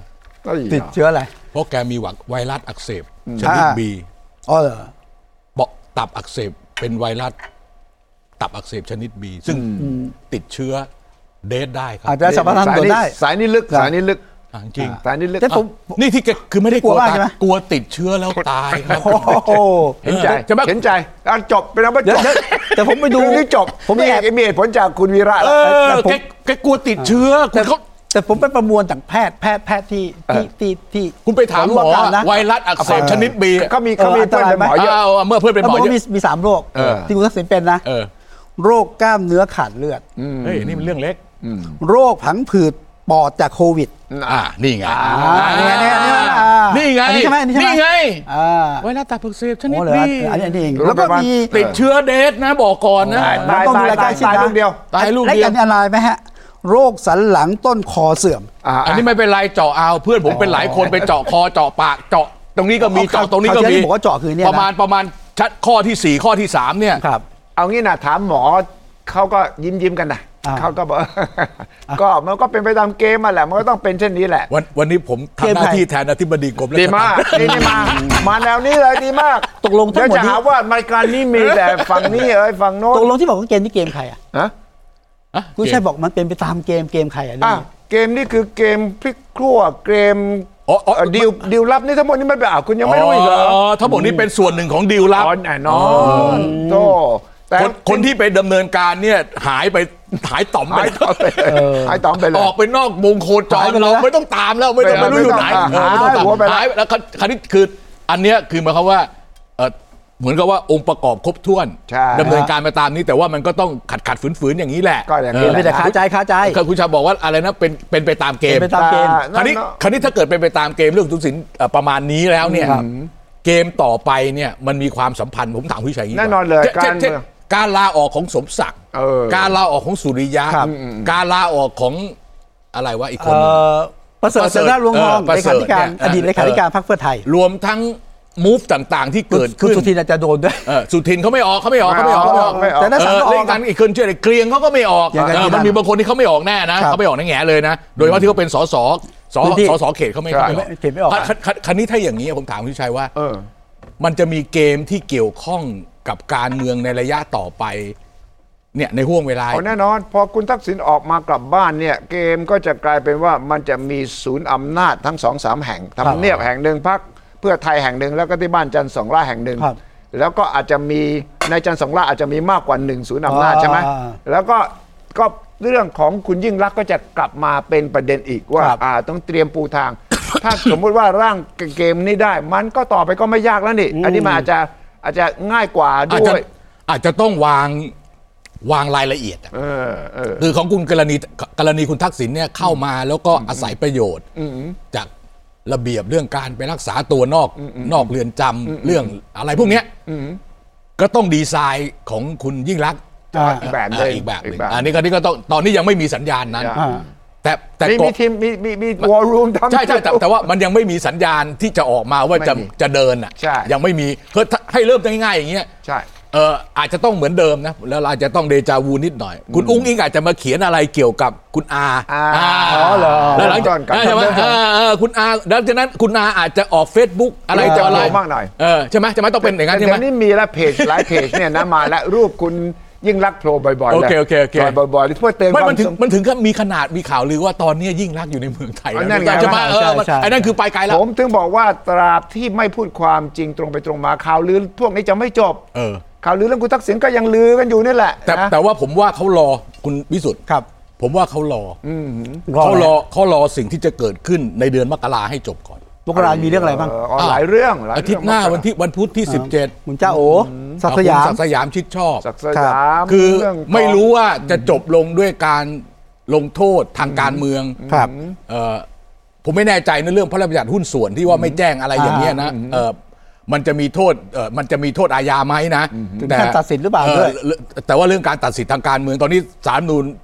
ติดเชื้ออะไรเพราะแกมีไวรัสอักเสบชนิดบีอ๋อเหรอเบาะตับอักเสบเป็นไวรัสตับอักเสบชนิดบีซึ่งติดเชื้อเดทได้ครับอาจจะสัมพันธ์ตัวได้สายนี้ลึกสายนี้ลึกจริงสายนี้ลึกนี่ที่แกคือไม่ได้กลัวตายกลัวติดเชื้อแล้วตายครับเห็นใจเห็นใจการจบเป็นอะไรจบแต่ผมไปดูนี่จบผมมีมีเหตุผลจากคุณวีระแกแกกลัวติดเชื้อคุณเขาแต่ผมไปประมวลจากแพทย์แพทย์แพทย์ที่ที่ที่ที่คุณไปถามหมอไวรัสอักเสบชนิดบีก็มีเขามีเพื่อนเป็นหมอเยอะเมื่อเพื่อนเป็นหมอเยอะมีสามโรคที่คุณทักษิณเป็นนะโรคกล้ามเนื้อขาดเลือดเฮ้ยนี่มันเรื่องเล็กโรคผังผืดปอดจากโควิดอ่านี่ไงนี่ไงนี่ไงนี่ไงนี่ไงไวรัสตับอักเสบชนิดบีอันนี้เองแล้วก็มีติดเชื้อเดทนะบอกก่อนนะต้องดูรายการตายลูกเดียวตายลูกเดียวแล้วอันนี้อะไรไหมฮะโรคสันหลังต้นคอเสื่อมอันนี้ไม่เป็นไรเจาะเอาเพื่อนผมเป็นหลายคนไปเจาะคอเจาะปากเจาะตรงนี้ก็มีเจาะตรงนี้ก็มีบอกว่าเจาะคือเนี่ยประมาณประมาณชัดข้อที่สี่ข้อที่สามเนี่ยครับเอางี้นะถามหมอเขาก็ยิ้มยิ้มกันนะเขาก็บอกก็มันก็เป็นไปตามเกมมาแหละมันก็ต้องเป็นเช่นนี้แหละวันวันนี้ผมทำหน้าที่แทนอธิบดีกรมดีมากนี่นี่มามาแนวนี้เลยดีมากตกลงทั้งหมดจะหาว่ารายการนี้มีแต่ฝั่งนี้เอ้ยฝั่งโน้นตกลงที่บอกว่าเกมนี่เกมใครอ่ะฮะคุณชัยบอกมันเป็นไปตามเกมเกมใครอ่ะนี่เกมนี่คือเกมพลิกครัวเกมดิวดิวลับนี่ทั้งหมดนี่ไม่ไปอ่านคุณยังไม่รู้อีกเหรอทั้งหมดนี้เป็นส่วนหนึ่งของดิวลับอ๋อแน่นอนโตแต่คนที่ไปดำเนินการเนี่ยหายไปหายต่อมไปหายต่อมไปเลยออกไปนอกวงโคจรเราไม่ต้องตามแล้วไม่ต้องไม่รู้อยู่ไหนไม่ต้องตามหายแล้วคราวนี้คืออันเนี้ยคือหมายความว่าเหมือนกับว่าองค์ประกอบครบถ้วนดำเนินการมาตามนี้แต่ว่ามันก็ต้องขัดขัดฝืนๆอย่างนี้แหละก็อย่างนี้ไม่แต่คาใจคาใจคุณชาบอกว่าอะไรนะเป็นเป็นไปตามเกมเป็นไปตามเกมคราวนี้คราวนี้ถ้าเกิดเป็นไปตามเกมเรื่องทุนสินประมาณนี้แล้วเนี่ยเกมต่อไปเนี่ยมันมีความสัมพันธ์ผมถามผู้ชัยแน่นอนเลยการการลาออกของสมศักดิ์การลาออกของสุริยะการลาออกของอะไรวะอีกคนประเสริฐเสนาลวงทองเลขาธิการอดีตเลขาธิการพรรคเพื่อไทยรวมทั้งมูฟต่างๆที่เกิดขึ้นสุทินอาจจะโดนด้วยสุทินเขาไม่ออกเขาไม่ออกเขาไม่ออกเขาไม่ออกแต่นักสังคมเล่นกันอีกคนเชื่อเกรียงเขาก็ไม่ออกมันมีบางคนที่เขาไม่ออกแน่นะเขาไม่ออกแง่เลยนะโดยเฉพาะที่เขาเป็นสสสสสเขตเขาไม่ออกเขตไม่ออกคันนี้ถ้าอย่างนี้ผมถามพี่ชัยว่ามันจะมีเกมที่เกี่ยวข้องกับการเมืองในระยะต่อไปเนี่ยในห่วงเวลาแน่นอนพอคุณทักษิณออกมากลับบ้านเนี่ยเกมก็จะกลายเป็นว่ามันจะมีศูนย์อำนาจทั้งสองสามแห่งทำเนียบแห่งหนึ่งพรรคเพื่อไทยแห่งหนึ่งแล้วก็ที่บ้านจันทร์สองล่าแห่งหนึ่งแล้วก็อาจจะมีในจันทร์สองล่าอาจจะมีมากกว่าหนึ่งศูนย์อำนาจใช่ไหมแล้วก็ก็เรื่องของคุณยิ่งรักษณ์ก็จะกลับมาเป็นประเด็นอีกว่าอ่าต้องเตรียมปูทาง ถ้าสมมุติว่าร่างเกมนี้ได้มันก็ต่อไปก็ไม่ยากแล้วนี่อันนี้มันอาจจะอาจจะง่ายกว่าด้วยอาจจะต้องวางวางรายละเอียดคือของคุณกรณีกรณีคุณทักษิณเนี่ยเข้ามาแล้วก็อาศัยประโยชน์จากระเบียบเรื่องการไปรักษาตัวนอกนอกเรือนจำเรื่องอะไรพวกนี้ก็ต้องดีไซน์ของคุณยิ่งรักษณ์อีกแบบนึงอีกแบบนึงอันนี้ก็นี่ก็ต้องตอนนี้ยังไม่มีสัญญาณนั้นแต่แต่มีทีมมีมีมีวอลลุ่มทำใช่ใช่แต่ว่ามันยังไม่มีสัญญาณที่จะออกมาว่าจะจะเดินอ่ะยังไม่มีคือให้เริ่มง่ายๆอย่างเงี้ยใช่เอออาจจะต้องเหมือนเดิมนะแล้วอาจจะต้องเดจาวูนิดหน่อยคุณอุ้งอิงอาจจะมาเขียนอะไรเกี่ยวกับคุณอาอ๋อเหรอแล้วหลังจากใช่ไหมคุณอาดังนั้นคุณอาอาจจะออก Facebook อะไรจะอะไรมากหน่อยเออใช่ไหมจะไม่ต้องเป็นอย่างนั้นใช่ไหมแต่นี่มีแล้วเพจหลายเพจเนี่ยนะมาแล้วรูปคุณยิ่งรักโผล่บ่อยๆโอเคโอเคโอเคบ่อยๆเพื่อเตือนมันถึงมันถึงก็มีขนาดมีข่าวลือว่าตอนนี้ยิ่งรักอยู่ในเมืองไทยแล้วใช่ไหมเออไอ้นั่นคือไปไกลแล้วผมถึงบอกว่าตราบที่ไม่พูดความจริงตรงไปตรงมาข่าวลือพวกนี้จะไม่จบเออข่าวลือเรื่องคุณทักษิณก็ยังลือกันอยู่นี่แหละแต่แต่ว่าผมว่าเขารอคุณวิสุทธิ์ครับผมว่าเขารอเขารอเขารอสิ่งที่จะเกิดขึ้นในเดือนมกราให้จบก่อนมกรามีเรื่องอะไรบ้างหลายเรื่องอาทิตย์หน้าวันที่วันพุธที่สิบเจ็ดคุณเจ้าโอศักดิ์สยามศักดิ์สยามชิดชอบศักดิ์สยามคือไม่รู้ว่าจะจบลงด้วยการลงโทษทางการเมืองครับผมไม่แน่ใจในเรื่องพระราชบัญญัติหุ้นส่วนที่ว่าไม่แจ้งอะไรอย่างเงี้ยนะมันจะมีโทษเอ่อมันจะมีโทษอาญาไหมนะแต่ตัดสินหรือเปล่าด้วยแต่ว่าเรื่องการตัดสินทางการเมืองตอนนี้ศาลรัฐธรรมนูญ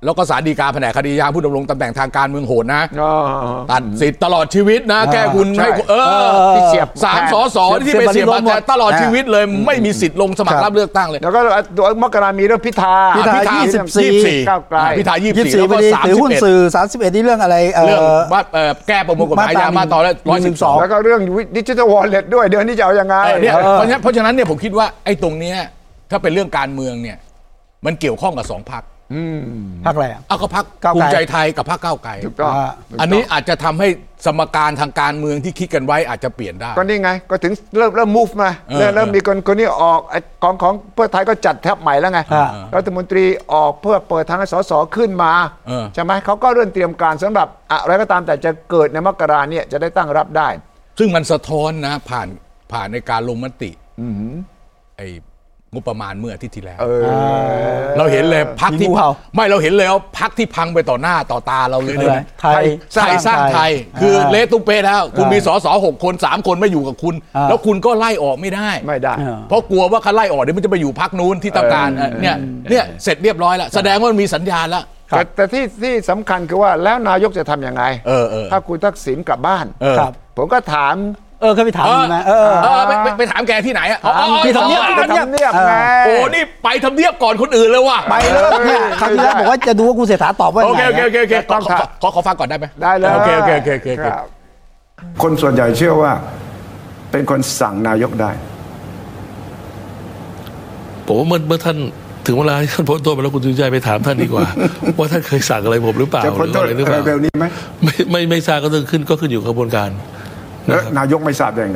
แล้วก็ศาลฎีกาแผนกคดียาผู้ดำรงตำแหน่งทางการเมืองโหดนะตัดสิทธิ์ตลอดชีวิตนะแก้คุณให้เออที่เสียบสามสสที่ไปเสียบบัตรตลอดชีวิตเลยไม่มีสิทธิ์ลงสมัครรับเลือกตั้งเลยแล้วก็ตัวมกรามีเรื่องพิธาพิธายี่สิบสี่ก้าวไกลพิธายี่สิบสี่แล้วก็สามสิบเอ็ดถือหุ้นสื่อสามสิบเอ็ดนี่เรื่องอะไรเรื่องว่าแก้ประมวลกฎหมายยามาต่อแล้วร้อยสิบสองแล้วก็เรื่องดิจิทัลวอลเล็ตด้วยเดือนนี้จะเอายังไงเนี่ยเพราะฉะนั้นเนี่ยผมคิดว่าไอ้ตรงเนี้ยถ้าเป็นเรื่องการเมืองเนี่ยมันเกี่ยวข้องกับสองพรรคพรรคอะไรอ่ะเอาก็พรรคภูมิใจไทยกับพรรคก้าวไกลถูกต้องอันนี้อาจจะทำให้สมการทางการเมืองที่คิดกันไว้อาจจะเปลี่ยนได้ก็นี่ไงก็ถึงเริ่มเริ่ม move มาเริ่มเริ่มมีคนคนนี้ออกของของเพื่อไทยก็จัดแทบใหม่แล้วไงรัฐมนตรีออกเพื่อเปิดทางให้สสขึ้นมาใช่ไหมเขาก็เริ่มเตรียมการสำหรับอะไรก็ตามแต่จะเกิดในมกราเนี่ยจะได้ตั้งรับได้ซึ่งมันสะท้อนนะผ่านผ่านในการลงมติไองบประมาณเมื่ออาทิตย์ที่แล้ว เ, เราเห็นเลยพักที่ไม่เราเห็นเลยว่าพักที่พังไปต่อหน้าต่อตาเราเลยเลยไทยไทยสร้างไทยคือเละตุ้มเป๊ะแล้วคุณมีสสหกคนสามคนไม่อยู่กับคุณแล้วคุณก็ไล่ออกไม่ได้ไม่ได้เพราะกลัวว่าเขาไล่ออกเดี๋ยวมันจะไปอยู่พักนู้นที่ต้องการเนี่ยเนี่ยเสร็จเรียบร้อยแล้วแสดงว่ามันมีสัญญาณแล้วแต่ที่ที่สำคัญคือว่าแล้วนายกจะทำยังไงถ้าคุณทักษิณกลับบ้านผมก็ถามเออเขาไปถามนะเออไปไปถามแกที่ไหนอ่ะที่ทำเนียบที่ทำเนียบไงโอ้นี่ไปทำเนียบก่อนคนอื่นเลยว่ะไปเลยเนี่ยครั้งที่แล้วบอกว่าจะดูว่าคุณเศรษฐาตอบว่าไงโอเคโอเคโอเคโอเคขอขอฟังก่อนได้ไหมได้เลยโอเคโอเคโอเคโอเคคนส่วนใหญ่เชื่อว่าเป็นคนสั่งนายกได้ผมว่าเมื่อเมื่อท่านถึงเวลาที่ท่านพ้นโทษไปแล้วคุณสุวิชัยไปถามท่านดีกว่าว่าท่านเคยสั่งอะไรผมหรือเปล่าจะพ้นโทษเร็วๆนี้ไหมไม่ไม่ไม่ทราบก็ต้องขึ้นก็ขึ้นอยู่กระบวนการแล้วนายกไม่ทราบได้ยังไง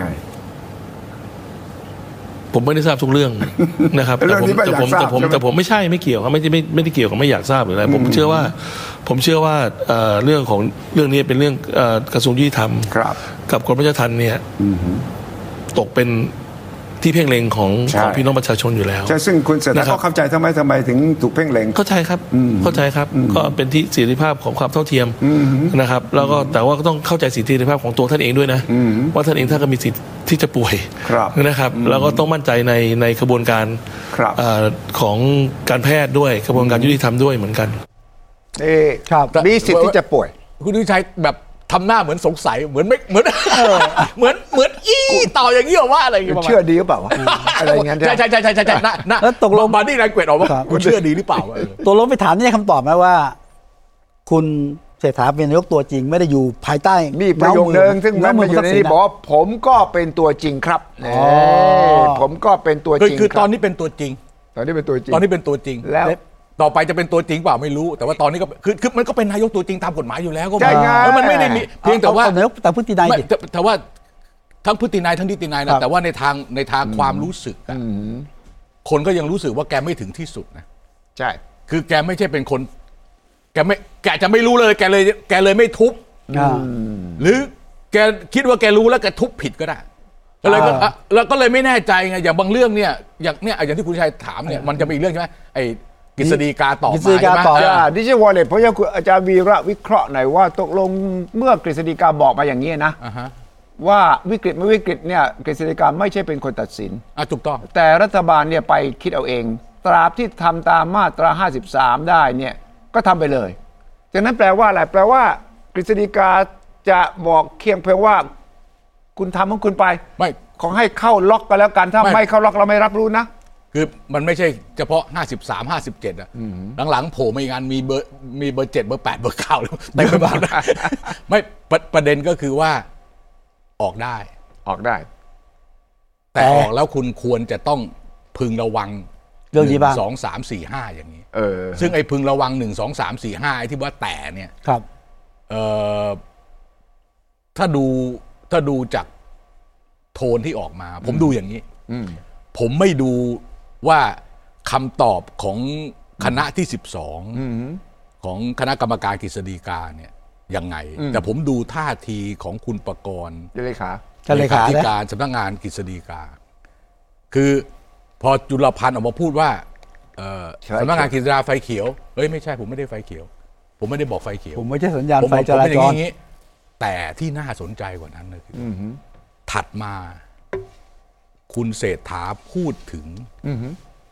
ผมไม่ได้ทราบทุกเรื่องนะครับแต่ผมแต่ผมแต่ผมแต่ผมไม่ใช่ไม่เกี่ยวครับไม่ไม่ไม่ได้เกี่ยวกับไม่อยากทราบหรืออะไรผมเชื่อว่าผมเชื่อว่าเรื่องของเรื่องนี้เป็นเรื่องกระทรวงยุติธรรมกับกรมราชทัณฑ์เนี่ยตกเป็นที่เพ่งเล็งของของพี่น้องประชาชนอยู่แล้วใช่ซึ่งคุณเสร็จแล้วก็เข้าใจทำไมทำไมถึงถูกเพ่งเล็งเข้าใจครับเข้าใจครับก็เป็นที่เสรีภาพของความเท่าเทียมนะครับแล้วก็แต่ว่าก็ต้องเข้าใจสิทธิภาพของตัวท่านเองด้วยนะว่าท่านเองท่านก็มีสิทธิ์ที่จะป่วยนะครับแล้วก็ต้องมั่นใจในในกระบวนการของการแพทย์ด้วยกระบวนการยุติธรรมด้วยเหมือนกันมีสิทธิ์ที่จะป่วยคุณวิชัยแบบทำหน้าเหมือนสงสัยเหมือนไม่เหมือนเหมือนเหมือนอี้ต่ออย่างนี้หรอว่าอะไรอย่างเงี้ยเชื่อดีหรือเปล่าวะอะไรเงี้ยใช่ใช่ใช่ใช่ใช่นะนะแล้วตกลงบาร์ดี้ไลน์เกตออกว่าคุณเชื่อดีหรือเปล่าตัวลงไปถามนี่คำตอบไหมว่าคุณเศรษฐาเป็นนายกตัวจริงไม่ได้อยู่ภายใต้มีประโยคนึงซึ่งแม่มาอยู่ในนี้บอกผมก็เป็นตัวจริงครับผมก็เป็นตัวจริงคือตอนนี้เป็นตัวจริงตอนนี้เป็นตัวจริงตอนนี้เป็นตัวจริงแล้วต่อไปจะเป็นตัวจริงเปล่าไม่รู้แต่ว่าตอนนี้ก็คือคือมันก็เป็นนายกตัวจริงตามกฎหมายอยู่แล้วก็มันไม่ได้มีเพียงแต่ว่าแต่พฤตินัยแต่ว่าทั้งพฤตินัยทั้งนิตินัยนะแต่ว่าในทางในทางความรู้สึกคนก็ยังรู้สึกว่าแกไม่ถึงที่สุดนะใช่คือแกไม่ใช่เป็นคนแกไม่แกจะไม่รู้เลยแกเลยแกเลยไม่ทุบหรือแกคิดว่าแกรู้แล้วแกทุบผิดก็ได้ก็เลยก็แล้วก็เลยไม่แน่ใจไงอย่างบางเรื่องเนี่ยอย่างเนี่ยอย่างที่คุณชัยถามเนี่ยมันจะมีอีกเรื่องใช่ไหมไอ้กฤษฎีกาต่อมาใช่ไหมดิจิทัลวอลเล็ตเพราะว่าอาจารย์วีระวิเคราะห์หน่อยว่าตกลงเมื่อกฤษฎีกาบอกมาอย่างนี้นะว่าวิกฤตไม่วิกฤตเนี่ยกฤษฎีกาไม่ใช่เป็นคนตัดสินอ่ะถูกต้องแต่รัฐบาลเนี่ยไปคิดเอาเองตราบที่ทำตามมาตราห้าสิบสามได้เนี่ยก็ทำไปเลยจากนั้นแปลว่าอะไรแปลว่ากฤษฎีกาจะบอกเพียงเพียงว่าคุณทำของคุณไปไม่ขอให้เข้าล็อกกันแล้วกันถ้าไม่เข้าล็อกเราไม่รับรู้นะคือมันไม่ใช่เฉพาะห้าสิบสาม ห้าสิบเจ็ดอ่ะหลังๆโผล่มาอีกงานมีเบอร์มีเบอร์เจ็ดเบอร์แปดเบอร์เก้าเต็มไปหมดไม่ประเด็นก็คือว่าออกได้ออกได้แต่ออกแล้วคุณควรจะต้องพึงระวังเรื่องนี้บ้างสองสามสี่ห้าอย่างนี้เออซึ่งไอ้พึงระวังหนึ่งสองสามสี่ห้าไอ้ที่ว่าแต่เนี่ยครับเอ่อถ้าดูถ้าดูจากโทนที่ออกมาผมดูอย่างนี้ผมไม่ดูว่าคำตอบของคณะที่สิบสองของคณะกรรมการกฤษฎีกาเนี่ยยังไงแต่ผมดูท่าทีของคุณประกรณ์เลขาเลขาธิการสำนักงานกฤษฎีกาคือพอจุลพันธ์ออกมาพูดว่าสำนักงานกฤษฎีกาไฟเขียวเฮ้ยไม่ใช่ผมไม่ได้ไฟเขียวผมไม่ได้บอกไฟเขียวผมไม่ใช่สัญญาณไฟจราจรแต่ที่น่าสนใจกว่านั้นเลยคือถัดมาคุณเศรษฐาพูดถึง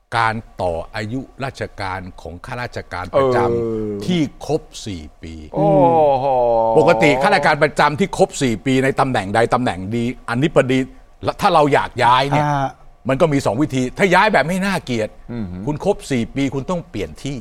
การต่ออายุราชการของข้าราชการประจำที่ครบสี่ปีปกติข้าราชการประจำที่ครบสี่ปีในตำแหน่งใดตำแหน่งดีอันนี้พอดีถ้าเราอยากย้ายเนี่ยมันก็มีสองวิธีถ้าย้ายแบบไม่น่าเกลียดคุณครบสี่ปีคุณต้องเปลี่ยนที่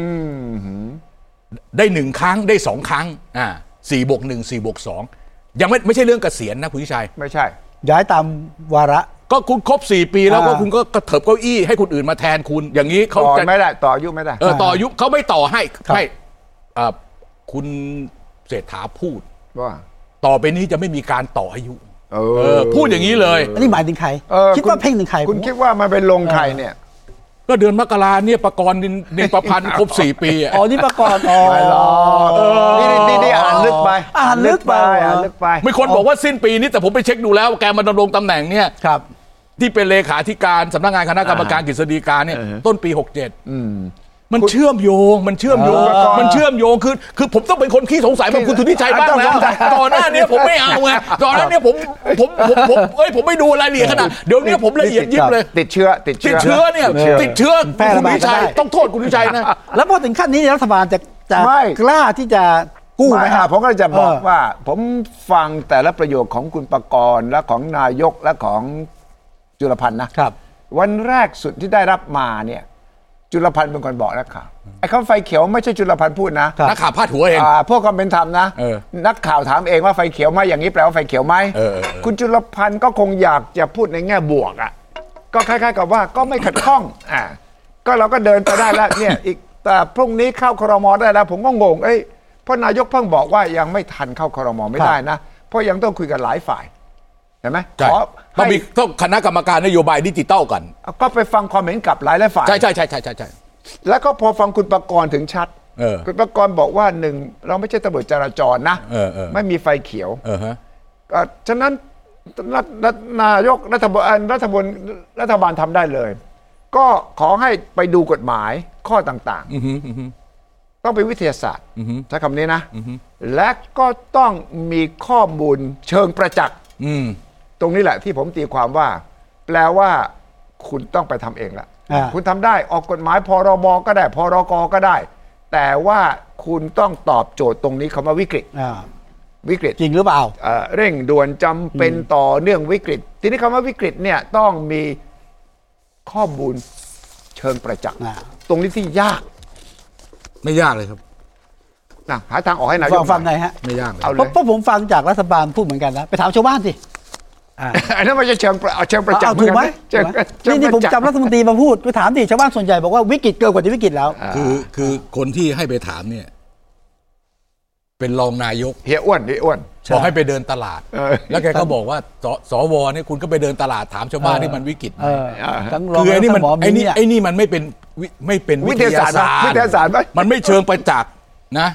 ได้หนึ่งครั้งได้สองครั้งอ่าสี่บวกหนึ่งสี่บวกสองยังไม่ไม่ใช่เรื่องเกษียณนะคุณวิชัยไม่ใช่ย้ายตามวาระก็คุณครบสี่ปีแล้วก็คุณก็กระเถิบเก้าอี้ให้คนอื่นมาแทนคุณอย่างนี้เขาจะไม่ได้ต่ออายุไม่ได้เออต่ออายุเขาไม่ต่อให้ให้คุณเศรษฐาพูดว่าต่อไปนี้จะไม่มีการต่ออายุเออพูดอย่างนี้เลยอันนี้หมายถึงใครคิดว่าเพ่งถึงใครคุณคิดว่ามันเป็นลงใครเนี่ยก็เดือนมกราเนี่ยประกรณ์นินประพันธ์ครบสี่ปีอ๋อนี่ประกรณ์อ๋อนี่นี่นี่อ่านลึกไปอ่านลึกไปอ่านลึกไปมีคนบอกว่าสิ้นปีนี้แต่ผมไปเช็คดูแล้วแกมาดำรงตำแหน่งเนี่ยครับที่เป็นเลขาธิการสำนักงานคณะกรรมการกฤษฎีกาเนี่ยต้นปีหกเจ็ดมันเชื่อมโยงมันเชื่อมโยงมันเชื่อมโยงคือคือผมต้องเป็นคนขี้สงสัยแบบคุณสุทธิชัยบ้างแล้วก่อนหน้านี้ผมไม่เอาไงก่อนหน้านี้ผมผมผมผมเอ้ยผมไม่ดูรายละเอียดขนาดเดี๋ยวนี้ผมละเอียดยิบเลยติดเชื้อติดติดเชื้อเนี่ยติดเชื้อคุณสุทธิชัยต้องโทษคุณสุทธิชัยนะแล้วพอถึงขั้นนี้รัฐบาลจะจะกล้าที่จะกู้ไหมครับผมก็จะบอกว่าผมฟังแต่ละประโยคของคุณปกรณ์และของนายกและของจุลพันธ์นะครับวันแรกสุดที่ได้รับมาเนี่ยจุลพันธ์เป็นคนบอกนักข่าวไอ้คำไฟเขียวไม่ใช่จุลพันธ์พูดนะนักข่าวพาดหัวเองพวกความเป็นธรรมนะนักข่าวถามเองว่าไฟเขียวไหมอย่างนี้แปลว่าไฟเขียวไหมคุณจุลพันธ์ก็คงอยากจะพูดในแง่บวกอ่ะก็คล้ายๆกับว่าก็ไม่ขัดข้องอ่าก็เราก็เดินไปได้แล้วเนี่ยอีกแต่พรุ่งนี้เข้าครม.ได้แล้วผมก็งงเอ้ยเพราะนายกเพิ่งบอกว่ายังไม่ทันเข้าครม.ไม่ได้นะเพราะยังต้องคุยกันหลายฝ่ายเห็นไหมขอต้องมีต้องคณะกรรมการนโยบายดิจิตอลกันก็ไปฟังความเห็นกับหลายหลายฝ่ายใช่ใช่ใช่ใช่ใช่ใช่แล้วก็พอฟังคุณปกรณ์ถึงชัดคุณปกรณ์บอกว่าหนึ่งเราไม่ใช่ตำรวจจราจรนะไม่มีไฟเขียวฉะนั้นนายกรัฐบาลรัฐบาลรัฐบาลทำได้เลยก็ขอให้ไปดูกฎหมายข้อต่างๆต้องเป็นวิทยาศาสตร์ใช้คำนี้นะและก็ต้องมีข้อมูลเชิงประจักษ์ตรงนี้แหละที่ผมตีความว่าแปลว่าคุณต้องไปทำเองละคุณทำได้ออกกฎหมายพรบก็ได้พรกก็ได้แต่ว่าคุณต้องตอบโจทย์ตรงนี้คำว่าวิกฤตวิกฤตจริงหรือเปล่าเร่งด่วนจำเป็นต่อเนื่องวิกฤตทีนี้คำว่าวิกฤตเนี่ยต้องมีข้อมูลเชิงประจักษ์ตรงนี้ที่ยากไม่ยากเลยครับนะหาทางออกให้นายกฟังไงฮะไม่ยากเลยเพราะผมฟังจากรัฐบาลพูดเหมือนกันนะไปถามชาวบ้านสิอันนั้นมันจะเชิงเชิงประจักษ์ถูกไหมนี่นี่ผมจำรัฐมนตรีมาพูดไปถามดิชาวบ้านส่วนใหญ่บอกว่าวิกฤตเกินกว่าจะวิกฤตแล้วคือคือคนที่ให้ไปถามเนี่ยเป็นรองนายกเฮียอ้วนเฮียอ้วนบอกให้ไปเดินตลาดแล้วแกก็บอกว่าสวเนี่ยคุณก็ไปเดินตลาดถามชาวบ้านที่มันวิกฤตคือไอ้นี่มันไอ้นี่ไอ้นี่มันไม่เป็นไม่เป็นวิทยาศาสตร์วิทยาศาสตร์มันไม่เชิงประจักษ์นะ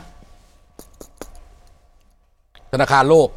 ธนาคารโลก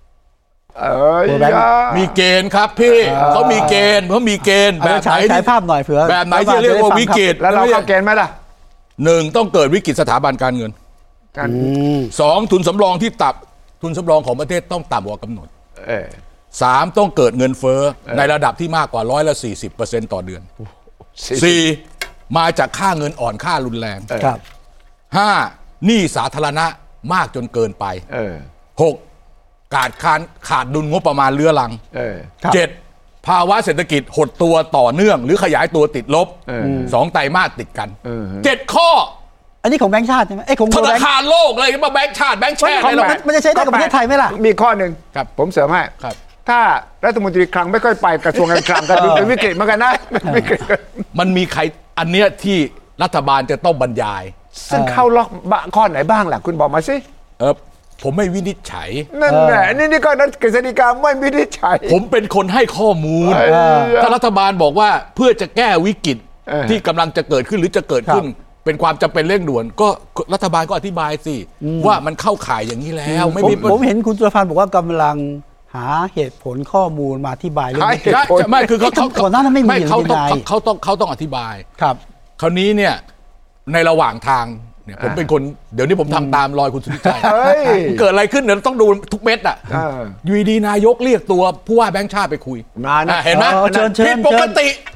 มีเกณฑ์ครับพี่เขามีเกณฑ์เขามีเกณฑ์แบบไหนฉายภาพหน่อยเผื่อแบบไหนที่เรียกว่าวิกฤตแล้วเราเข้าเกณฑ์ไหมล่ะหนึ่งต้องเกิดวิกฤตสถาบันการเงินสองทุนสำรองที่ต่ำทุนสำรองของประเทศต้องต่ำกว่ากำหนดสามต้องเกิดเงินเฟ้อในระดับที่มากกว่าร้อยละสี่สิบเปอร์เซ็นต์ต่อเดือนสี่มาจากค่าเงินอ่อนค่ารุนแรงห้าหนี้สาธารณะมากจนเกินไปหกขาดขาดขาดดุลงบประมาณเรื้อรังเจ็ดภาวะเศรษฐกิจหดตัวต่อเนื่องหรือขยายตัวติดลบสองไตรมาสติดกันเจ็ดข้ออันนี้ของแบงก์ชาติใช่ไหมไอ้ของธนาคารโลกอะไรมาแบงก์ชาติแบงก์แช่อะไรมันจะใช้ได้กับประเทศไทยไหมล่ะมีข้อหนึ่งผมเสริมให้ถ้ารัฐมนตรีคลังไม่ค่อยไปกระทรวงการคลังก็เป็นวิกฤตเหมือนกันนะมันมีใครอันเนี้ยที่รัฐบาลจะต้องบรรยายซึ่งเข้าล็อกข้อไหนบ้างล่ะคุณบอกมาสิเออผมไม่วินิจฉัยนั่นแหละนี่นี่ก็นักกฤษฎีกาไม่วินิจฉัยผมเป็นคนให้ข้อมูลถ้ารัฐบาลบอกว่าเพื่อจะแก้วิกฤตที่กำลังจะเกิดขึ้นหรือจะเกิดขึ้นเป็นความจำเป็นเร่งด่วนก็รัฐบาลก็อธิบายสิว่ามันเข้าข่ายอย่างนี้แล้วไม่มีผมเห็นคุณจุลพันธ์บอกว่ากำลังหาเหตุผลข้อมูลมาอธิบายเรื่องนี้ไม่คือเขาเขาก่อนหน้านั้นไม่มีเขาต้องเขาต้องเขาต้องอธิบายครับคราวนี้เนี่ยในระหว่างทางเนี่ยผมเป็นคนเดี๋ยวนี้ผมทำตามรอยคุณสุทธิชัยเกิดอะไรขึ้นเดี๋ยวต้องดูทุกเม็ดอ่ะอยู่ดีนายกเรียกตัวผู้ว่าแบงค์ชาติไปคุยเห็นไหมผิดปกติ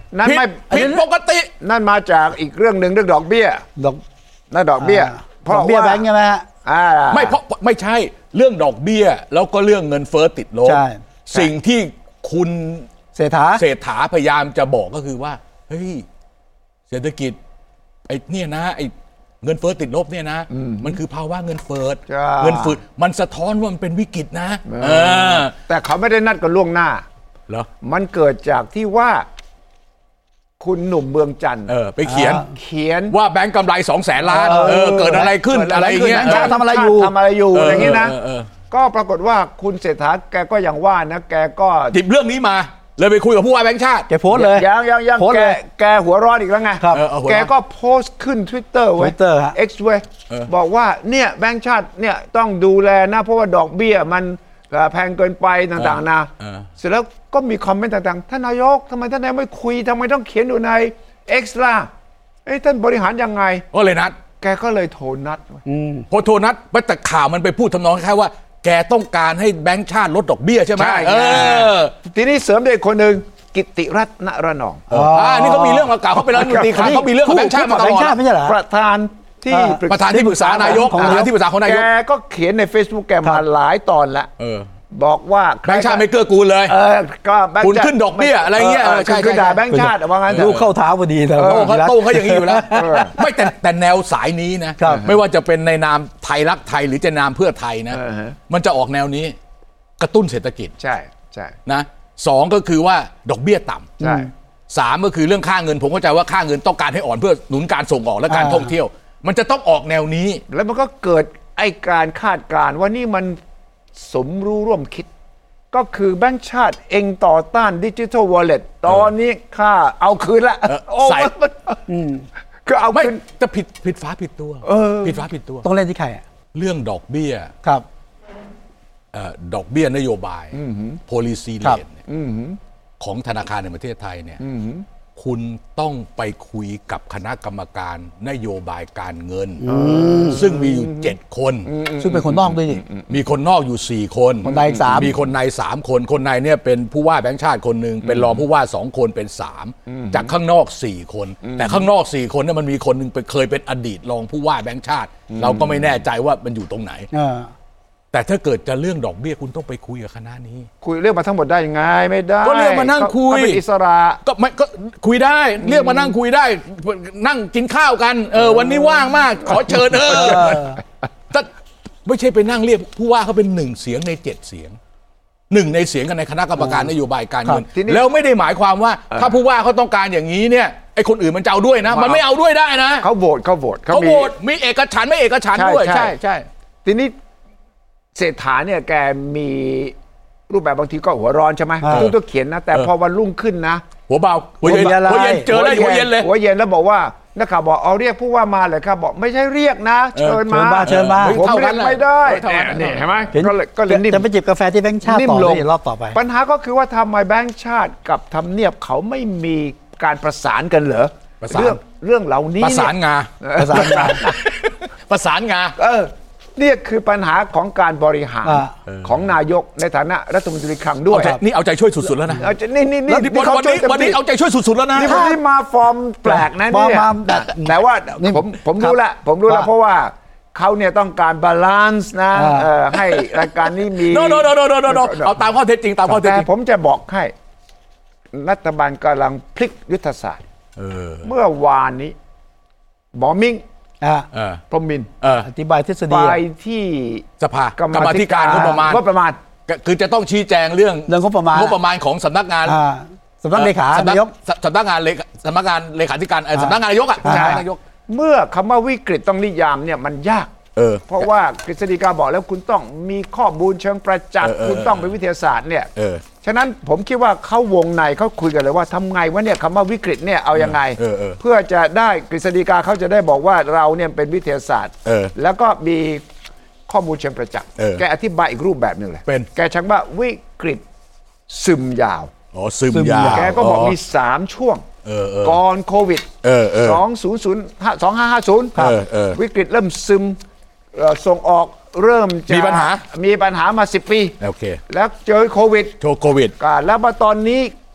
นั่นไม่ผิดปกตินั่นมาจากอีกเรื่องหนึ่งเรื่องดอกเบี้ยดอกนั่นดอกเบี้ยเพราะเบี้ยแบงค์ใช่ไหมฮะไม่เพราะไม่ใช่เรื่องดอกเบี้ยแล้วก็เรื่องเงินเฟ้อติดลบสิ่งที่คุณเศรษฐาเศรษฐาพยายามจะบอกก็คือว่าเฮ้ยเศรษฐกิจไอ้เนี่ยนะไอ้เงินเฟ้อติดลบเนี่ยนะมันคือภาวะเงินเฟ้อเงินฝืดมันสะท้อนว่ามันเป็นวิกฤตนะแต่เขาไม่ได้นัดกันล่วงหน้าเหรอมันเกิดจากที่ว่าคุณหนุ่มเมืองจันทร์เออไปเขียนเขียนว่าแบงก์กำไรสองแสนล้านเออเกิดอะไรขึ้นอะไรอย่างเงี้ยทำอะไรอยู่ทำอะไรอยู่อะไรอย่างเงี้ยนะก็ปรากฏว่าคุณเศรษฐาแกก็ยังว่านะแกก็หยิบเรื่องนี้มาเลยไปคุยกับผู้ว่าแบงก์ชาติแกโพสเลยยังยังยังแกแกหัวร้อนอีกแล้วไงแกก็โพสต์ขึ้น Twitter ไว้ X ไว้บอกว่าเนี่ยแบงก์ชาติเนี่ยต้องดูแลนะเพราะว่าดอกเบี้ยมันแพงเกินไปต่างๆนะเสร็จแล้วก็มีคอมเมนต์ต่างๆท่านนายกทำไมท่านนายกไม่คุยทำไมต้องเขียนอยู่ใน X ล่ะเอ้ยท่านบริหารยังไงก็เลยนัดแกก็เลยโทรนัดพอโทรนัดแต่ข่าวมันไปพูดทำนองแค่ว่าแกต้องการให้แบงก์ชาติลดดอกเบี้ยใช่ไหมใช่ทีนี้เสริมด้วยคนหนึ่งกิตติรัตน์ระนองอ่านี่เขามีเรื่องมาเก่าเขาเป็นรัฐมนตรีข่าวเขามีเรื่องกับแบงก์ชาติมาตลอดไม่ใช่เหรอประธานที่ประธานที่ปรึกษานายกประธานที่ปรึกษาของนายกแกก็เขียนใน Facebook แกมาหลายตอนละบอกว่าแบงก์ชาติไม่เกื้อกูลเลยเออก็คุณขึ้นดอกเบี้ยอะไรเงี้ยใช่ๆด่าแบงก์ชาติว่างั้นลูกเข้าเท้าพอดีแต่เขาโต้เขาอย่างนี้อยู่แล้วไม่แต่แต่แนวสายนี้นะไม่ว่าจะเป็นในนามไทยรักไทยหรือจะนามเพื่อไทยนะมันจะออกแนวนี้กระตุ้นเศรษฐกิจใช่ใช่นะสองก็คือว่าดอกเบี้ยต่ำใช่สามก็คือเรื่องค่าเงินผมเข้าใจว่าค่าเงินต้องการให้อ่อนเพื่อหนุนการส่งออกและการท่องเที่ยวมันจะต้องออกแนวนี้แล้วมันก็เกิดไอ้การคาดการณ์ว่านี่มันสมรู้ร่วมคิดก็คือแบงก์ชาติเองต่อต้านดิจิทัลวอลเล็ตตอนนี้ค่าเอาคืนละใส่ก็เอาไม่จะผิดผิดฟ้าผิดตัวผิดฟ้าผิดตัวต้องเล่นที่ใครอ่ะเรื่องดอกเบี้ยครับดอกเบี้ยนโยบาย policy rate ของธนาคารในประเทศไทยเนี่ยคุณต้องไปคุยกับคณะกรรมการนโยบายการเงินซึ่งมีอยู่เจ็ดคนซึ่งเป็นคนนอกด้วยมีคนนอกอยู่สี่คนคนในสามมีคนในสามคนคนในเนี่ยเป็นผู้ว่าแบงก์ชาติคนหนึ่งเป็นรองผู้ว่าสองคนเป็นสามจากข้างนอกสี่คนแต่ข้างนอกสี่คนเนี่ยมันมีคนหนึ่งเคยเป็นอดีตรองผู้ว่าแบงก์ชาติเราก็ไม่แน่ใจว่ามันอยู่ตรงไหนแต่ถ้าเกิดจะเรื่องดอกเบี้ยคุณต้องไปคุยกับคณะนี้คุยเรื่องมาทั้งหมดได้ยังไงไม่ได้ก็เรียกมานั่งคุยเป็นอิสระก็ไม่ก็คุยได้เรียกมานั่งคุยได้นั่งกินข้าวกันเออวันนี้ว่างมากขอเชิญเออแต่ไม่ใช่ไปนั่งเรียกผู้ว่าเขาเป็นหนึ่งเสียงในเจ็ดเสียงหนึ่งในเสียงกันในคณะกรรมการนโยบายการเงินแล้วไม่ได้หมายความว่าถ้าผู้ว่าเขาต้องการอย่างนี้เนี่ยไอ้คนอื่นมันจะเอาด้วยนะมันไม่เอาด้วยได้นะเขาโหวตเขาโหวตเขาโหวตมีเอกฉันท์ไม่เอกฉันท์ด้วยใช่ใช่ทีนี้เศรษฐาเนี่ยแกมีรูปแบบบางทีก็หัวร้อนใช่ไหมทุกตัวเขียนนะแต่พอวันรุ่งขึ้นนะหัวเบาหัวเย็นหัวเย็นเจอแล้วหัวเย็นเลยหัวเย็นแล้วบอกว่านักข่าวบอกเอาเรียกผู้ว่ามาเลยครับบอกไม่ใช่เรียกนะเชิญมาเชิญมาผมเรียกไม่ได้เนี่ยเห็นไหมก็เลยก็เลยนิ่มจะไปจิบกาแฟที่แบงก์ชาติต่อรอบต่อไปปัญหาก็คือว่าทำไมแบงก์ชาติกับทำเนียบเขาไม่มีการประสานกันเหรอเรื่องเรื่องเหล่านี้ประสานงาประสานงาประสานงาเออนี่คือปัญหาของการบริหารของนายกในฐานะรัฐมนตรีคลังด้วยนี่เอาใจช่วยสุดๆแล้วนะนี่นี่นี่วันนี้วันนี้เอาใจช่วยสุดๆแล้วนะนี่วันนี้มาฟอร์มแปลกนะเนี่ยแต่ว่าผมผมรู้ละผมรู้แล้วเพราะว่าเขาเนี่ยต้องการบาลานซ์นะให้รายการนี้มีโนโนโนโนโนโนเอาตามข้อเท็จจริงตามข้อเท็จจริงแต่ผมจะบอกให้รัฐบาลกำลังพลิกยุทธศาสตร์เมื่อวานนี้หมอมิ้งพรหมินทร์อธิบายทฤษฎีไปที่สภากรรมาธิการงบประมาณงบประมาณคือจะต้องชี้แจงเรื่องเรื่องงบประมาณงบประมาณของสำนักงานสำนักเลขานายกสำนักงานเลขาสำนักงานเลขาธิการสำนักงานนายกอ่ะนายกเมื่อคำว่าวิกฤตต้องนิยามเนี่ยมันยากเพราะว่ากฤษฎีกาบอกแล้วคุณต้องมีข้อมูลเชิงประจักษ์คุณต้องเป็นวิทยาศาสตร์เนี่ยฉะนั้นผมคิดว่าเขาวงในเขาคุยกันเลยว่าทำไงวะเนี่ยคำว่าวิกฤตเนี่ยเอายังไงเพื่อจะได้กฤษฎีกาเขาจะได้บอกว่าเราเนี่ยเป็นวิทยาศาสตร์แล้วก็มีข้อมูลเชิงประจักษ์แกอธิบายอีกรูปแบบหนึ่งเลยแกใช้ว่าวิกฤตซึมยาวอ๋อซึมยาวแกก็บอกมีสามช่วงก่อนโควิดสองศูนย์ศูนย์สองห้าห้าศูนย์วิกฤตเริ่มซึมส่งออกเริ่มจะมีปัญหามีปัญหามาสิบปีโอเคแล้วเจอโควิดโจโควิดแล้วมาตอนนี้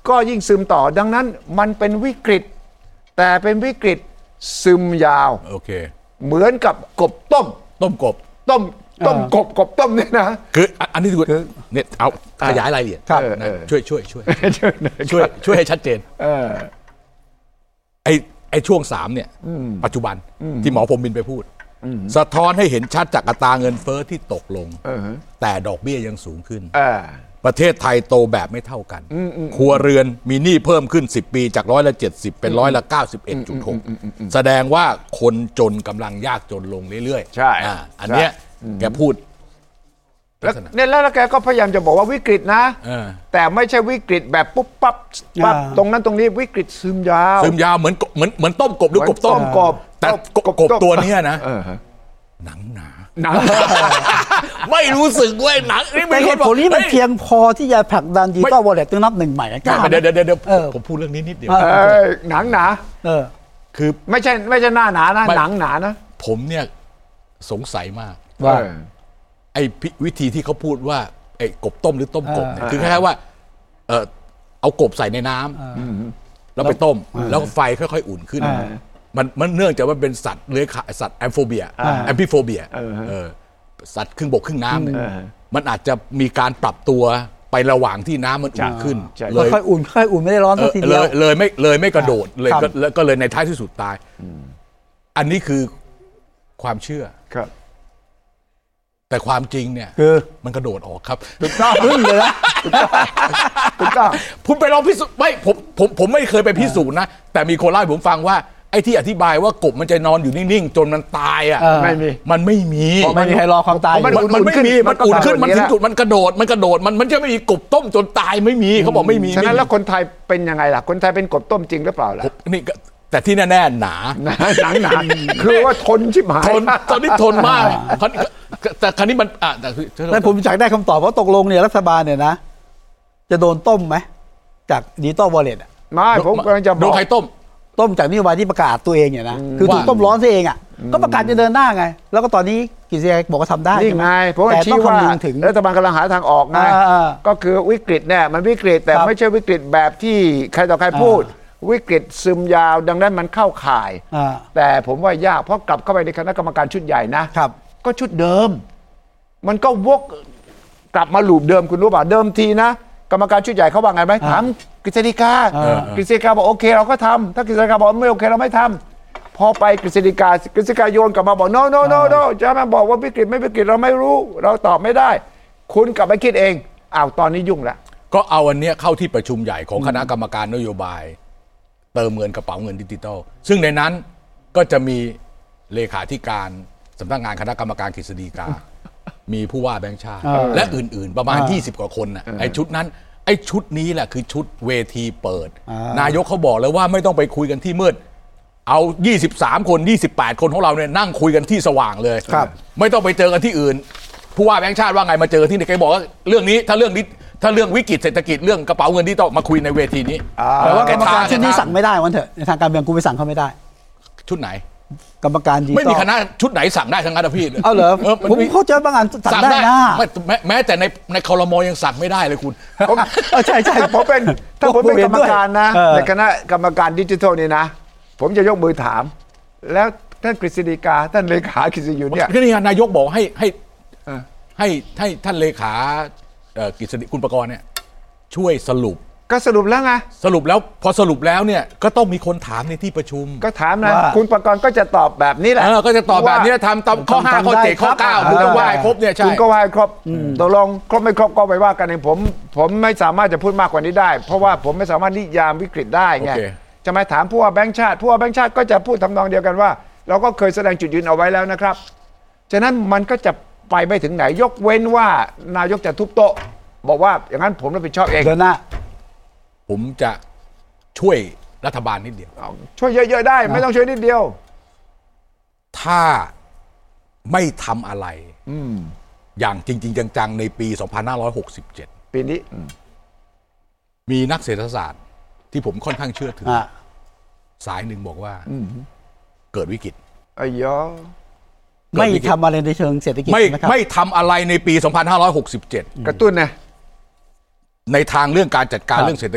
ก็ยิ่งซึมต่อดังนั้นมันเป็นวิกฤตแต่เป็นวิกฤตซึมยาวโอเคเหมือนกับกบต้มต้มกบต้มต้มกบกบต้มเนี่ยนะคืออันนี้คือเนี่ยเอาขยายรายละเอียดช่วยช่วยช่วยช่วยช่วยให้ชัดเจนไอ้ไอ้ช่วงสามเนี่ยปัจจุบันที่หมอพรหมบินไปพูดสะท้อนให้เห็นชัดจากอัตราเงินเฟ้อที่ตกลงแต่ดอกเบี้ยยังสูงขึ้นประเทศไทยโตแบบไม่เท่ากันครัวเรือนมีหนี้เพิ่มขึ้นสิบปีจากร้อยละเจ็ดสิบเป็นร้อยละเก้าสิบเอ็ดจุดหกแสดงว่าคนจนกำลังยากจนลงเรื่อยๆใช่อันเนี้ยแกพูดแล้วเนี่ยแล้วแกก็พยายามจะบอกว่าวิกฤตนะแต่ไม่ใช่วิกฤตแบบปุ๊บปั๊บปั๊บตรงนั้นตรงนี้วิกฤตซึมยาวซึมยาวเหมือนเหมือนเหมือนต้มกบหรือกบต้มกบแต่กบตัวนี้นะหนังหนาหนังไม่รู้สึกว่าหนังแต่เหตุผลนี้มันเพียงพอที่จะผลักดันดิจิตอลวอลเล็ตต้องนับหนึ่งใหม่นะเดี๋ยวเดี๋ยวเดี๋ยวผมพูดเรื่องนี้นิดเดียวหนังหนาคือไม่ใช่ไม่ใช่หน้าหนานะหนังหนานะผมเนี่ยสงสัยมากว่าไอ้วิธีที่เขาพูดว่าไอ้กบต้มหรือต้มกบเนี่ยคือคล้ายๆว่าเออเอากบใส่ในน้ำแล้วไปต้มแล้วไฟค่อยๆอุ่นขึ้นมันมันเนื่องจากว่าเป็นสัตว์เลื้อยคลานสัตว์แอมโฟเบียแอมพิโฟเบียสัตว์ครึ่งบกครึ่งน้ำเนี่ยมันอาจจะมีการปรับตัวไประหว่างที่น้ำมันอุ่นขึ้นเลยค่อยอุ่นค่อยอุ่นไม่ได้ร้อนสักทีเดียวเลยไม่เลยไม่กระโดดเลยก็เลยในท้ายที่สุดตายอันนี้คือความเชื่อครับแต่ความจริงเนี่ยคือมันกระโดดออกครับถูกต้องพึ่งเลยนะถูกต้องผมไปลองพิสูจน์ไม่ผมผมผมไม่เคยไปพิสูจน์นะแต่มีคนเล่าให้ผมฟังว่าไอ้ที่อธิบายว่ากบมันจะนอนอยู่นิ่งๆจนมันตายอ่ะไม่มีมันไม่มีไม่มีใครรอความตายมันมันไม่มีมันอุ่นขึ้นมันถึงจุดมันกระโดดมันกระโดดมันมันจะไม่มีกบต้มจนตายไม่มีเขาบอกไม่มีฉะนั้นแล้วคนไทยเป็นยังไงล่ะคนไทยเป็นกบต้มจริงหรือเปล่าล่ะนี่แต่ที่แน่ๆหนาหนังหนาคือว่าทนชิบหายทนตอนนี้ทนมากแต่ครั้นี้มันอ่ะแต่ผมอยากได้คำตอบว่าตกลงเนี่ยรัฐบาลเนี่ยนะจะโดนต้มไหมจากดิจิตอลวอลเล็ตอ่ะไม่ผมกำลังจะบอกโดนใครต้มต้มจากนโยบายที่ประกาศตัวเองเนี่ยนะคือถูกต้มร้อนซะเองอ่ะก็ประกาศจะเดินหน้าไงแล้วก็ตอนนี้กิจการบอกว่าทำได้นี่ไงเพราะว่าชี้ว่ารัฐบาลกำลังหาทางออกไงก็คือวิกฤตเนี่ยมันวิกฤตแต่ไม่ใช่วิกฤตแบบที่ใครต่อใครพูดวิกฤตซึมยาวดังนั้นมันเข้าข่ายแต่ผมว่ายากเพราะกลับเข้าไปในคณะกรรมการชุดใหญ่นะครับก็ชุดเดิมมันก็วกกลับมาลูปเดิมคุณรู้ป่ะเดิมทีนะกรรมการชุดใหญ่เขาว่าไงไหมถามกฤษฎีกากฤษฎีกาบอกโอเคเราก็ทำถ้ากฤษฎีกาบอกไม่โอเคเราไม่ทำพอไปกฤษฎีกากฤษฎีกาโยนกลับมาบอก no no no no จะมาบอกว่าวิกฤตไม่วิกฤตเราไม่รู้เราตอบไม่ได้คุณกลับไปคิดเองอ้าวตอนนี้ยุ่งละก็เอาอันเนี้ยเข้าที่ประชุมใหญ่ของคณะกรรมการนโยบายเติมเงินกระเป๋าเงินดิจิตอลซึ่งในนั้นก็จะมีเลขาธิการสำนักงานคณะกรรมการกฤษฎีกามีผู้ว่าแบงค์ชาติและอื่นๆประมาณยี่สิบกว่าคนน่ะไอ้ชุดนั้นไอ้ชุดนี้แหละคือชุดเวทีเปิดนายกเขาบอกเลยว่าไม่ต้องไปคุยกันที่มืดเอายี่สิบสามคนยี่สิบแปดคนของเราเนี่ยนั่งคุยกันที่สว่างเลยไม่ต้องไปเจอกันที่อื่นผู้ว่าแบงค์ชาติว่าไงมาเจอที่ไหนแกบอกว่าเรื่องนี้ถ้าเรื่องนี้ถ้าเรื่องวิกฤตเศรษฐกิจเรื่องกระเป๋าเงินที่ต้องมาคุยในเวทีนี้แต่ว่ากรรมการชุดนี้สั่งไม่ได้วันเถอะในทางการเมืองกูไปสั่งเขาไม่ได้ชุดไหนกรรมการไม่มีคณะชุดไหนสั่งได้ทั้งนั้นนะพี่เอาเหรอผมเข้าใจบางอันสั่งได้นะแม้แต่ในในครม.ยังสั่งไม่ได้เลยคุณใช่ใช่ผมเป็นถ้าผมเป็นกรรมการนะในคณะกรรมการดิจิทัลนี่นะผมจะยกมือถามแล้วท่านกฤษฎีกาท่านเลขากฤษฎีอยู่เนี่ยนี่นายกบอกให้ให้ให้ให้ท่านเลขากฤษฎีคุณประกรณ์เนี่ยช่วยสรุปก็สรุปแล้วไงสรุปแล้วพอสรุปแล้วเนี่ยก็ต้องมีคนถามในที่ประชุมก็ถามนะคุณประกรณ์ก็จะตอบแบบนี้แหละก็จะตอบแบบนี้ทำตามข้อห้าข้อเจ็ดข้อเก้าคุณก็ว่าให้ครบเนี่ยใช่คุณก็ว่าให้ครบตกลงครบไม่ครบก็ไปว่ากันเองผมผมไม่สามารถจะพูดมากกว่านี้ได้เพราะว่าผมไม่สามารถนิยามวิกฤตได้ไงจะมาถามผู้ว่าแบงค์ชาติผู้ว่าแบงค์ชาติก็จะพูดทำนองเดียวกันว่าเราก็เคยแสดงจุดยืนเอาไว้แล้วนะครับฉะนั้นมันก็จะไปไม่ถึงไหนยกเว้นว่านายกจะทุบโต๊ะบอกว่าอย่างนั้นผมรับผิดชอบเองเดินหน้าผมจะช่วยรัฐบาลนิดเดียวช่วยเยอะๆได้ไม่ต้องช่วยนิดเดียวถ้าไม่ทำอะไรอย่างจริงๆจังๆในปีสองพันห้าร้อยหกสิบเจ็ดปีนี้มีนักเศรษฐศาสตร์ที่ผมค่อนข้างเชื่อถือสายหนึ่งบอกว่าเกิดวิกฤตอ้ยอไม่ทำอะไรในเชิงเศรษฐกิจไม่ไม่ทำอะไรในปีสองพันห้าร้อยหกสิบเจ็ดกระตุ้นนะในทางเรื่องการจัดการเรื่องเศรษฐกิจ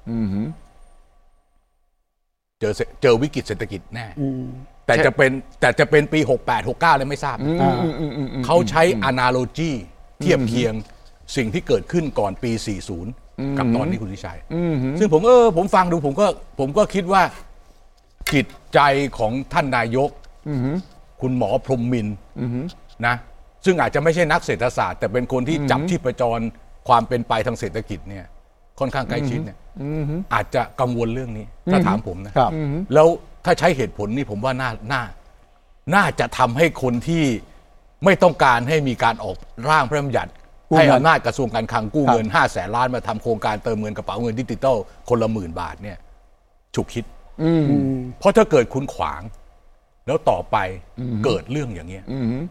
เจอเจอวิกฤตเศรษฐกิจแน่แต่จะเป็นแต่จะเป็นปีหกแปด หกเก้าเลยไม่ทราบเขาใช้ analogy เทียบเคียงสิ่งที่เกิดขึ้นก่อนปีสี่สิบกับตอนนี้คุณวิชัยซึ่งผมเออผมฟังดูผมก็ผมก็คิดว่าจิตใจของท่านนายกคุณหมอพรหมมินทร์นะซึ่งอาจจะไม่ใช่นักเศรษฐศาสตร์แต่เป็นคนที่จับชีพจรความเป็นไปทางเศรษฐกิจเนี่ยค่อนข้างใกล้ชิดเนี่ยอาจจะกังวลเรื่องนี้ถ้าถามผมนะแล้วถ้าใช้เหตุผลนี่ผมว่าน่าน่าน่าจะทำให้คนที่ไม่ต้องการให้มีการออกร่างพระราชบัญญัติให้อำนาจกระทรวงการคลังกู้เงินห้าแสนล้านมาทำโครงการเติมเงินกระเป๋าเงินดิจิตอลคนละหมื่นบาทเนี่ยฉุกคิดเพราะถ้าเกิดคุณขวางแล้วต่อไปเกิดเรื่องอย่างเงี้ย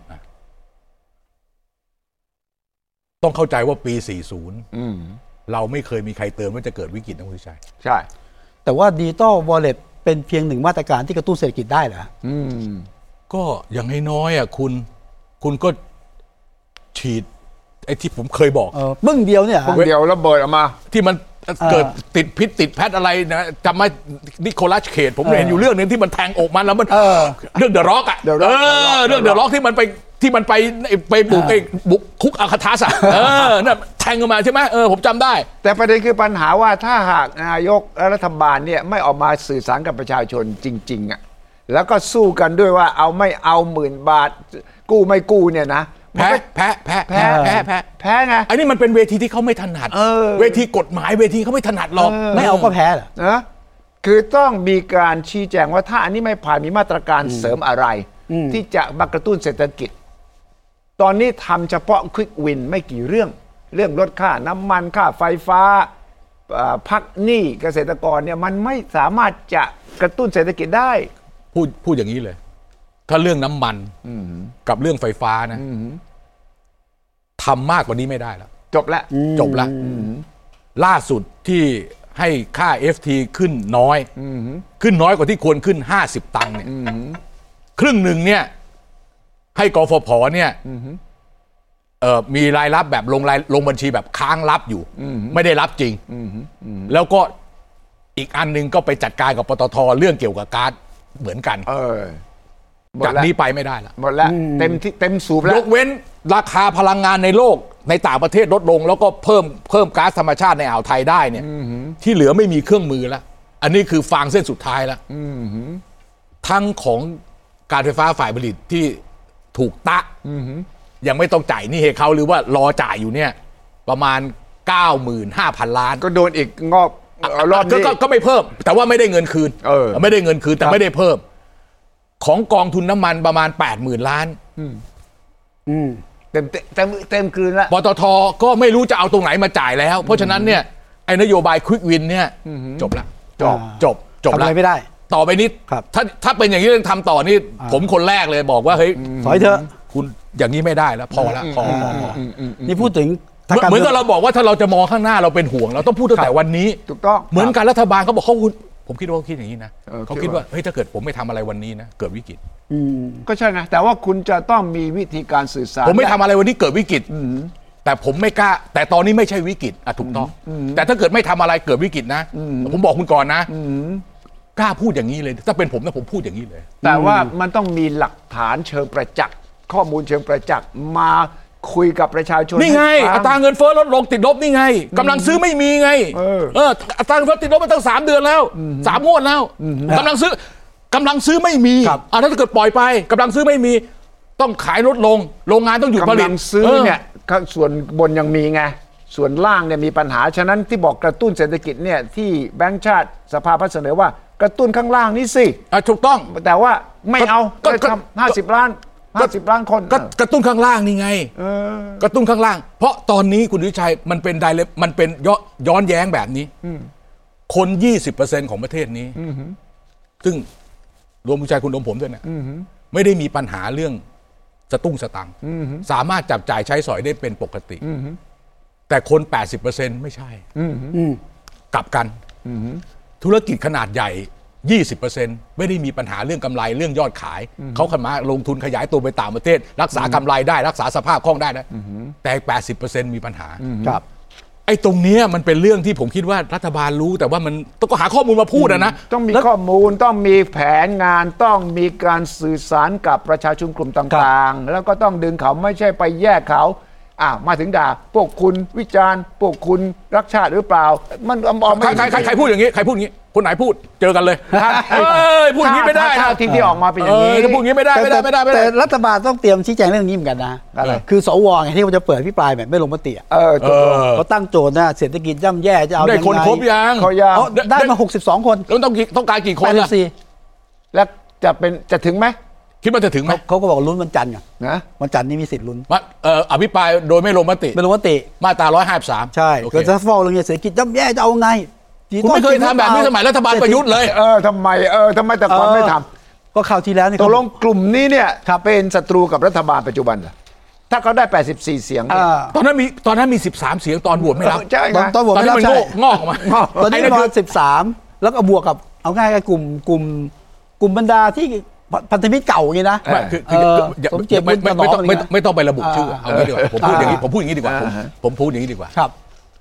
ต้องเข้าใจว่าปีสี่สิบเราไม่เคยมีใครเติมว่าจะเกิดวิกฤตนะคุณชัยใช่แต่ว่าดิจิตอลวอลเล็ตเป็นเพียงหนึ่งมาตรการที่กระตุ้นเศรษฐกิจได้เหรอก็อย่างน้อยๆอ่ะคุณคุณก็ฉีดไอ้ที่ผมเคยบอกบึ้งเดียวเนี่ยบึ้งเดียวแล้วเบิดออกมาที่มันเกิดติดพิษติดแพทอะไรนะจำไม่นิโคลัสเคจผมเห็นอยู่เรื่องนึงที่มันแทงอกมันแล้วมันเรื่องเดอะร็อกอ่ะเรื่องเดอะร็อกที่มันไปที่มันไปไปบุกไอ้บุกคุกอาคาทัสอ่ะเออนั่นแทงออกมาใช่ไหมเออผมจำได้แต่ประเด็นคือปัญหาว่าถ้าหากนายกและรัฐบาลเนี่ยไม่ออกมาสื่อสารกับประชาชนจริงๆอ่ะแล้วก็สู้กันด้วยว่าเอาไม่เอาหมื่นบาทกู้ไม่กู้เนี่ยนะแพ้แพ้แพ้แพ้แพ้แพ้แพ้ไงอันนี้มันเป็นเวทีที่เขาไม่ถนัดเวทีกฎหมายเวทีเขาไม่ถนัดหรอกไม่เอาก็แพ้เหรอนะคือต้องมีการชี้แจงว่าถ้าอันนี้ไม่ผ่านมีมาตรการเสริมอะไรที่จะมากระตุ้นเศรษฐกิจตอนนี้ทำเฉพาะควิกวินไม่กี่เรื่องเรื่องลดค่าน้ำมันค่าไฟฟ้าพักหนี้เกษตรกรเนี่ยมันไม่สามารถจะกระตุ้นเศรษฐกิจได้พูดพูดอย่างนี้เลยถ้าเรื่องน้ำมันกับเรื่องไฟฟ้านะทำมากกว่านี้ไม่ได้แล้วจบแล้วจบแล้วล่าสุดที่ให้ค่า เอฟ ที ขึ้นน้อยขึ้นน้อยกว่าที่ควรขึ้นห้าสิบตังค์เนี่ยครึ่งหนึ่งเนี่ยให้กฟผเนี่ยเอ่อมีรายรับแบบลงรายลงบัญชีแบบค้างรับอยู่ไม่ได้รับจริงแล้วก็อีกอันนึงก็ไปจัดการกับปตท.เรื่องเกี่ยวกับก๊าซเหมือนกันเออจากนี้ไปไม่ได้ละหมดแล้วเต็มที่เต็มสูบแล้วยกเว้นราคาพลังงานในโลกในต่างประเทศลดลงแล้วก็เพิ่มเพิ่มก๊าซธรรมชาติในอ่าวไทยได้เนี่ยที่เหลือไม่มีเครื่องมือแล้วอันนี้คือฟางเส้นสุดท้ายแล้วทั้งของการไฟฟ้าฝ่ายผลิตที่ถูกตะยังไม่ต้องจ่ายนี่ให้เขาหรือว่ารอจ่ายอยู่เนี่ยประมาณ เก้าหมื่นห้าพัน ล้านก็โดนอีกงอบรอบนี้ก็ไม่เพิ่มแต่ว่าไม่ได้เงินคืนไม่ได้เงินคืนแต่ไม่ได้เพิ่มของกองทุนน้ำมันประมาณ แปดหมื่น ล้านเต็มเต็มเต็มคืนแล้วปตท.ก็ไม่รู้จะเอาตรงไหนมาจ่ายแล้วเพราะฉะนั้นเนี่ยไอ้นโยบายควิกวินเนี่ยจบละจบจบจบแล้วไม่ได้ต่อไปนี้ถ้าถ้าเป็นอย่างนี้ทำต่อนี่ผมคนแรกเลยบอกว่าเฮ้ยถอยเถอะคุณอย่างนี้ไม่ได้แล้วพอแล้วพอพอนี่พูดถึงเหมือนกับเราบอกว่าถ้าเราจะมองข้างหน้าเราเป็นห่วงเราต้องพูดตั้งแต่วันนี้ถูกต้องเหมือนการรัฐบาลเขาบอกเขาผมคิดว่าเขาคิดอย่างนี้นะเขาคิดว่าเฮ้ยถ้าเกิดผมไม่ทำอะไรวันนี้นะเกิดวิกฤตก็ใช่ไงแต่ว่าคุณจะต้องมีวิธีการสื่อสารผมไม่ทำอะไรวันนี้เกิดวิกฤตแต่ผมไม่กล้าแต่ตอนนี้ไม่ใช่วิกฤตอ่ะถูกต้องแต่ถ้าเกิดไม่ทำอะไรเกิดวิกฤตนะผมบอกคุณก่อนนะกล้าพูดอย่างนี้เลยถ้าเป็นผมนะผมพูดอย่างนี้เลยแต่ว่ามันต้องมีหลักฐานเชิงประจักษ์ข้อมูลเชิงประจักษ์มาคุยกับประชาชนนี่ไงอัตราเงินเฟ้อลดลงติดลบนี่ไงกำลังซื้อไม่มีไงเอออัตราเงินเฟ้อติดลบมาตั้งสามเดือนแล้วสามงวดแล้วกำลังซื้อกำลังซื้อไม่มีอ่ะถ้าเกิดปล่อยไปกำลังซื้อไม่มีต้องขายลดลงโรงงานต้องหยุดผลิตกำลังซื้อเนี่ยส่วนบนยังมีไงส่วนล่างเนี่ยมีปัญหาฉะนั้นที่บอกกระตุ้นเศรษฐกิจเนี่ยที่แบงก์ชาติสภาพัฒน์เสนอว่ากระตุ้นข้างล่างนี่สิอ่ะถูกต้องแต่ว่าไม่เอาก็ทำห้าสิบล้านห้าสิบล้านคนก็กระตุ้นข้างล่างนี่ไงกระตุ้นข้างล่างเพราะตอนนี้คุณวิชัยมันเป็นไดเรกมันเป็นย้อนแย้งแบบนี้คน ยี่สิบเปอร์เซ็นต์ ของประเทศนี้ซึ่งรวมคุณชัยคุณรวมผมด้วยเนี่ยไม่ได้มีปัญหาเรื่องสตุ้งสตังค์สามารถจับจ่ายใช้สอยได้เป็นปกติแต่คน แปดสิบเปอร์เซ็นต์ ไม่ใช่กลับกันธุรกิจขนาดใหญ่ ยี่สิบเปอร์เซ็นต์ ไม่ได้มีปัญหาเรื่องกำไรเรื่องยอดขายเขาขมาลงทุนขยายตัวไปต่างประเทศรักษากำไรได้รักษาสภาพคล่องได้นะแต่ แปดสิบเปอร์เซ็นต์ มีปัญหาครับไอ้ตรงเนี้ยมันเป็นเรื่องที่ผมคิดว่ารัฐบาลรู้แต่ว่ามันต้องหาข้อมูลมาพูดนะต้องมีข้อมูลต้องมีแผนงานต้องมีการสื่อสารกับประชาชนกลุ่มต่างๆแล้วก็ต้องดึงเขาไม่ใช่ไปแยกเขาอ่ะมาถึงด่าพวกคุณวิจารณ์พวกคุณรักชาติหรือเปล่ามันอไม่ใครใครใครพูดอย่างนี้ใครพูดอย่างนี้คนไหนพูดเจอกันเลยเอ้ยพูดอย่างนี้ไม่ได้นะที่ที่ออกมาเป็นอย่างนี้ถ้าพูดอย่างนี้ไม่ได้ไม่ได้ไม่ได้แต่รัฐบาลต้องเตรียมชี้แจงเรื่องนี้เหมือนกันนะคือสวไงที่มันจะเปิดพิปรายแบบไม่ลงมติเออเขาตั้งโจทย์นะเศรษฐกิจย่ำแย่จะเอาได้คนครบยังเขายังได้มาหกสิบสองคนแล้วต้องต้องการกี่คนล่ะแล้วจะเป็นจะถึงไหมคิดว่าจะถึงไหมเขาก็บอกลุ้นวันจันทร์ไงนะวันจันทร์นี้มีสิทธิ์ลุ้นว่าเอ่ออภิปรายโดยไม่ลงมติไม่ลงมติมาตราหนึ่งร้อยห้าสิบสามใช่เกิดจะฟ้องเรื่องเศรษฐกิจย่ำแย่จะเอาไงคุณไม่เคยทำแบบนี้สมัยรัฐบาลประยุทธ์เลยเออทำไมเออทำไมแต่ก่อนไม่ทำก็คราวที่แล้วนี่ตกลงกลุ่มนี้เนี่ยเป็นศัตรูกับรัฐบาลปัจจุบันเหรอถ้าเขาได้แปดสิบสี่เสียงตอนนั้นมีตอนนั้นมีสิบสามเสียงตอนโหวตไม่รับใช่ตอนโหวตไม่รับใช่งอกมาตอนนี้ประมาณสิบสามแล้วก็บวกกับเอาง่ายๆกลุ่มกลุ่มกลุ่มบรรดาที่พันธมิตรเก่าอย่างนี้นะคือสมเจตไม่ไม่ต้องไม่ต้องไประบุชื่อเอางี้ดีกว่าผมพูดอย่างนี้ผมพูดอย่างนี้ดีกว่าผมพูดอย่างนี้ดีกว่าครับ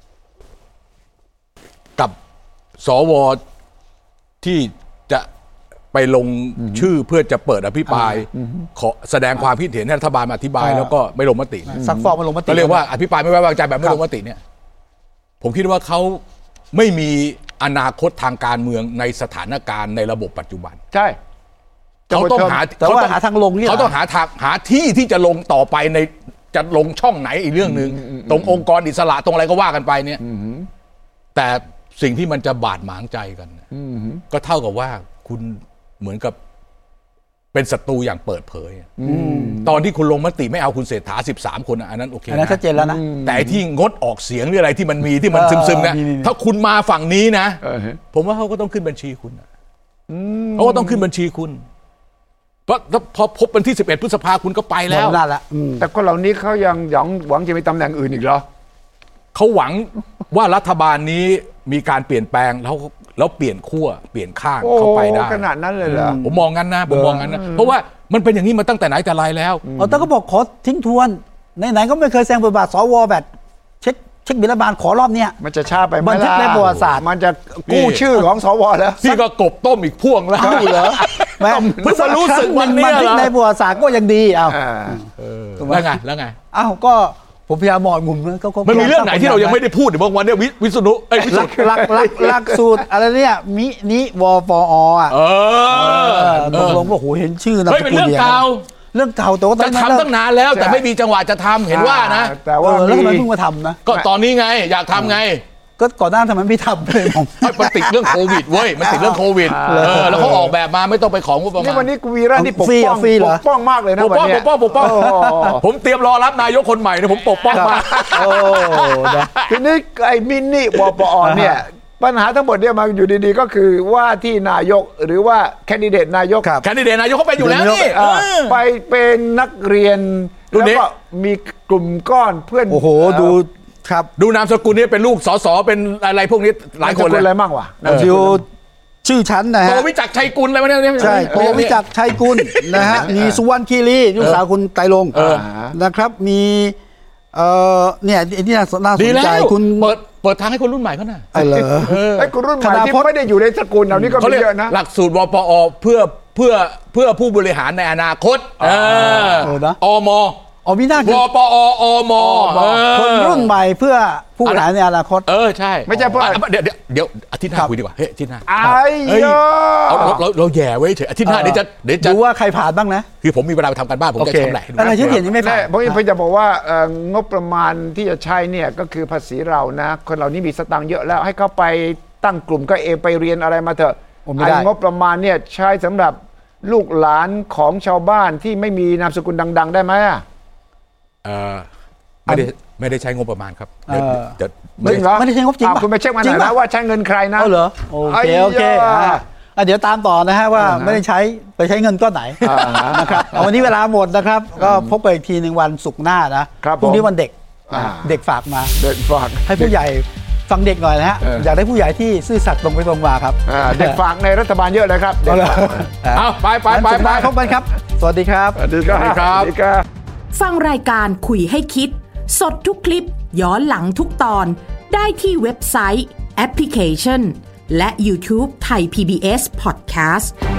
กับสวที่จะไปลงชื่อเพื่อจะเปิดอภิปรายขอแสดงความคิดเห็นให้รัฐบาลมาอธิบายแล้วก็ไม่ลงมติซักฟอกไม่ลงมติก็เรียกว่าอภิปรายไม่ไว้วางใจแบบไม่ลงมติเนี่ยผมคิดว่าเขาไม่มีอนาคตทางการเมืองในสถานการณ์ในระบบปัจจุบันใช่เขาต้องหาเขาต้องหาทางลงเขาต้องหาทางหาที่ที่จะลงต่อไปในจะลงช่องไหนอีกเรื่องนึงตรงองค์กรอิสระตรงอะไรก็ว่ากันไปเนี่ยแต่สิ่งที่มันจะบาดหมางใจกันก็เท่ากับว่าคุณเหมือนกับเป็นศัตรูอย่างเปิดเผยตอนที่คุณลงมติไม่เอาคุณเศรษฐาสิบสามคนอันนั้นโอเคอันนั้นชัดเจนแล้วนะแต่ที่งดออกเสียงหรืออะไรที่มันมีที่มันซึมๆนะถ้าคุณมาฝั่งนี้นะผมว่าเขาก็ต้องขึ้นบัญชีคุณเขาก็ต้องขึ้นบัญชีคุณเพราะพอพบวันที่สิบเอ็ดพฤษภาคุณก็ไปแล้วแต่คนเหล่านี้เขายังหวังหวังจะมีตำแหน่งอื่นอีกเหรอเขาหวังว่ารัฐบาลนี้มีการเปลี่ยนแปลงแล้วแล้วเปลี่ยนขั้วเปลี่ยนข้างเข้าไปได้ขนาดนั้นเลยเหรอผมมองงั้นนะผมมองงั้นนะเพราะว่ามันเป็นอย่างนี้มาตั้งแต่ไหนแต่ไรแล้วอ๋อแต่ก็บอกขอทิ้งทวนไหนๆก็ไม่เคยแซงบทบาทสวแบบเช็คเช็คบิลบาลขอรอบเนี้ยมันจะช้าไปไหมล่ะบันทึกในประวัติศาสตร์มันจะกู้ชื่อของสวแล้วพี่ก็กบต้มอีกพ่วงแล้วเหรอแม่เพิ่งรู้สึกวันนี้บันทึกในประวัติศาสตร์ก็ยังดีเอาแล้วไงแล้วไงอ้าวก็ผมพยายามมองมุมก็มันมีเรื่องไหนที่เรายังไม่ได้พูดบางวันเนี่ยวิษณุไอ้วิษณุหลักหลักหลักสูตรอะไรเนี่ยมินิวปออ่ะเออตกลงว่าโหเห็นชื่อนามสกุลเป็นเรื่องเก่าเรื่องเก่าแต่ว่าจะทำตั้งนานแล้วแต่ไม่มีจังหวะจะทำเห็นว่านะแต่ว่าแล้วทำไมเพิ่งมาทำนะก็ตอนนี้ไงอยากทำไงก็ก่อนหน้าทำไมไม่ทำเลยผมมันติดเรื่องโควิดเว้ยมันติดเรื่องโควิดแล้วเขาออกแบบมาไม่ต้องไปของงบประมาณนี่วันนี้กูวีระนี่ปกป้องปกป้องมากเลยนะวันนี้ปกป้องปกป้องผมเตรียมรอรับนายกคนใหม่นะผมปกป้องมากทีนี้ไอ้มินิวปอเนี่ยปัญหาทั้งหมดเนี่ยมาอยู่ดีๆก็คือว่าที่นายกหรือว่าแคนดิเดตนายกแคนดิเดตนายกเขาเป็นอยู่แล้วนี่ไปเป็นนักเรียนแล้วก็มีกลุ่มก้อนเพื่อนโอ้โหดูครับดูนามสกุลนี้เป็นลูกสสเป็นอะไรพวกนี้หลายคนเลยอะไรบ้างวะชื่อชื่อชั้นนะฮะโตวิจักชัยกุลอะไรวะเนี่ยใช่โตวิจักชัยกุลนะฮะมีสุวรรณคีรีลูกสาวคุณไตรรงค์นะครับมีเอ่อเนี่ยที่น่าสนใจคุณเปิดเปิดทางให้คนรุ่นใหม่เขาหน่อยไอ้เหรอไอ้คนรุ่นใหม่ที่ไม่ได้อยู่ในสกุลเหล่านี้ก็มีเยอะนะหลักสูตรวปอเพื่อเพื่อเพื่อผู้บริหารในอนาคตเอออมอ๋อมีหน้าวปออมคนรุ่นใหม่เพื่อผู้บริหารในอนาคตเออใช่ไม่ใช่เพื่อเดี๋ยวเดี๋ยวอาทิตย์หน้าคุยดีกว่าเฮ้ยอาทิตย์หน้าไอ้เยเราเราเราแย่ไว้เฉยอาทิตย์หน้าเดี๋ยวจะเดี๋ยวจะดูว่าใครผ่านบ้างนะคือผมมีเวลาไปทำการบ้านผมจะทำไหนอะไรที่เห็นยังไม่ผ่านเพราะผมจะบอกว่างบประมาณที่จะใช้เนี่ยก็คือภาษีเรานะคนเหล่านี้มีสตางค์เยอะแล้วให้เขาไปตั้งกลุ่มก็เอไปเรียนอะไรมาเถอะไอ้งบประมาณเนี่ยใช้สำหรับลูกหลานของชาวบ้านที่ไม่มีนามสกุลดังๆได้ไหมอ่ะเออไม่ได้ไม่ได้ใช้งบประมาณครับเดี๋ยวไม่ไม่ได้ใช้งบจริงป่ะคุณไปเช็คมาหน่อยนะว่าใช้เงินใครนะเหรอโอเคโอเคเดี๋ยวตามต่อนะฮะว่าไม่ได้ใช้ไปใช้เงินก้อนไหนนะครับวันนี้เวลาหมดนะครับก็พบกันอีกทีหนึ่งวันศุกร์หน้านะพรุ่งนี้วันเด็กเด็กฝากมาเด็กฝากให้ผู้ใหญ่ฟังเด็กหน่อยนะฮะอยากได้ผู้ใหญ่ที่ซื่อสัตย์ตรงไปตรงมาครับเด็กฝากในรัฐบาลเยอะเลยครับเอาไปไปไปไปพบกันครับสวัสดีครับสวัสดีครับฟังรายการคุยให้คิดสดทุกคลิปย้อนหลังทุกตอนได้ที่เว็บไซต์แอปพลิเคชันและ YouTube ไทย พี บี เอส Podcast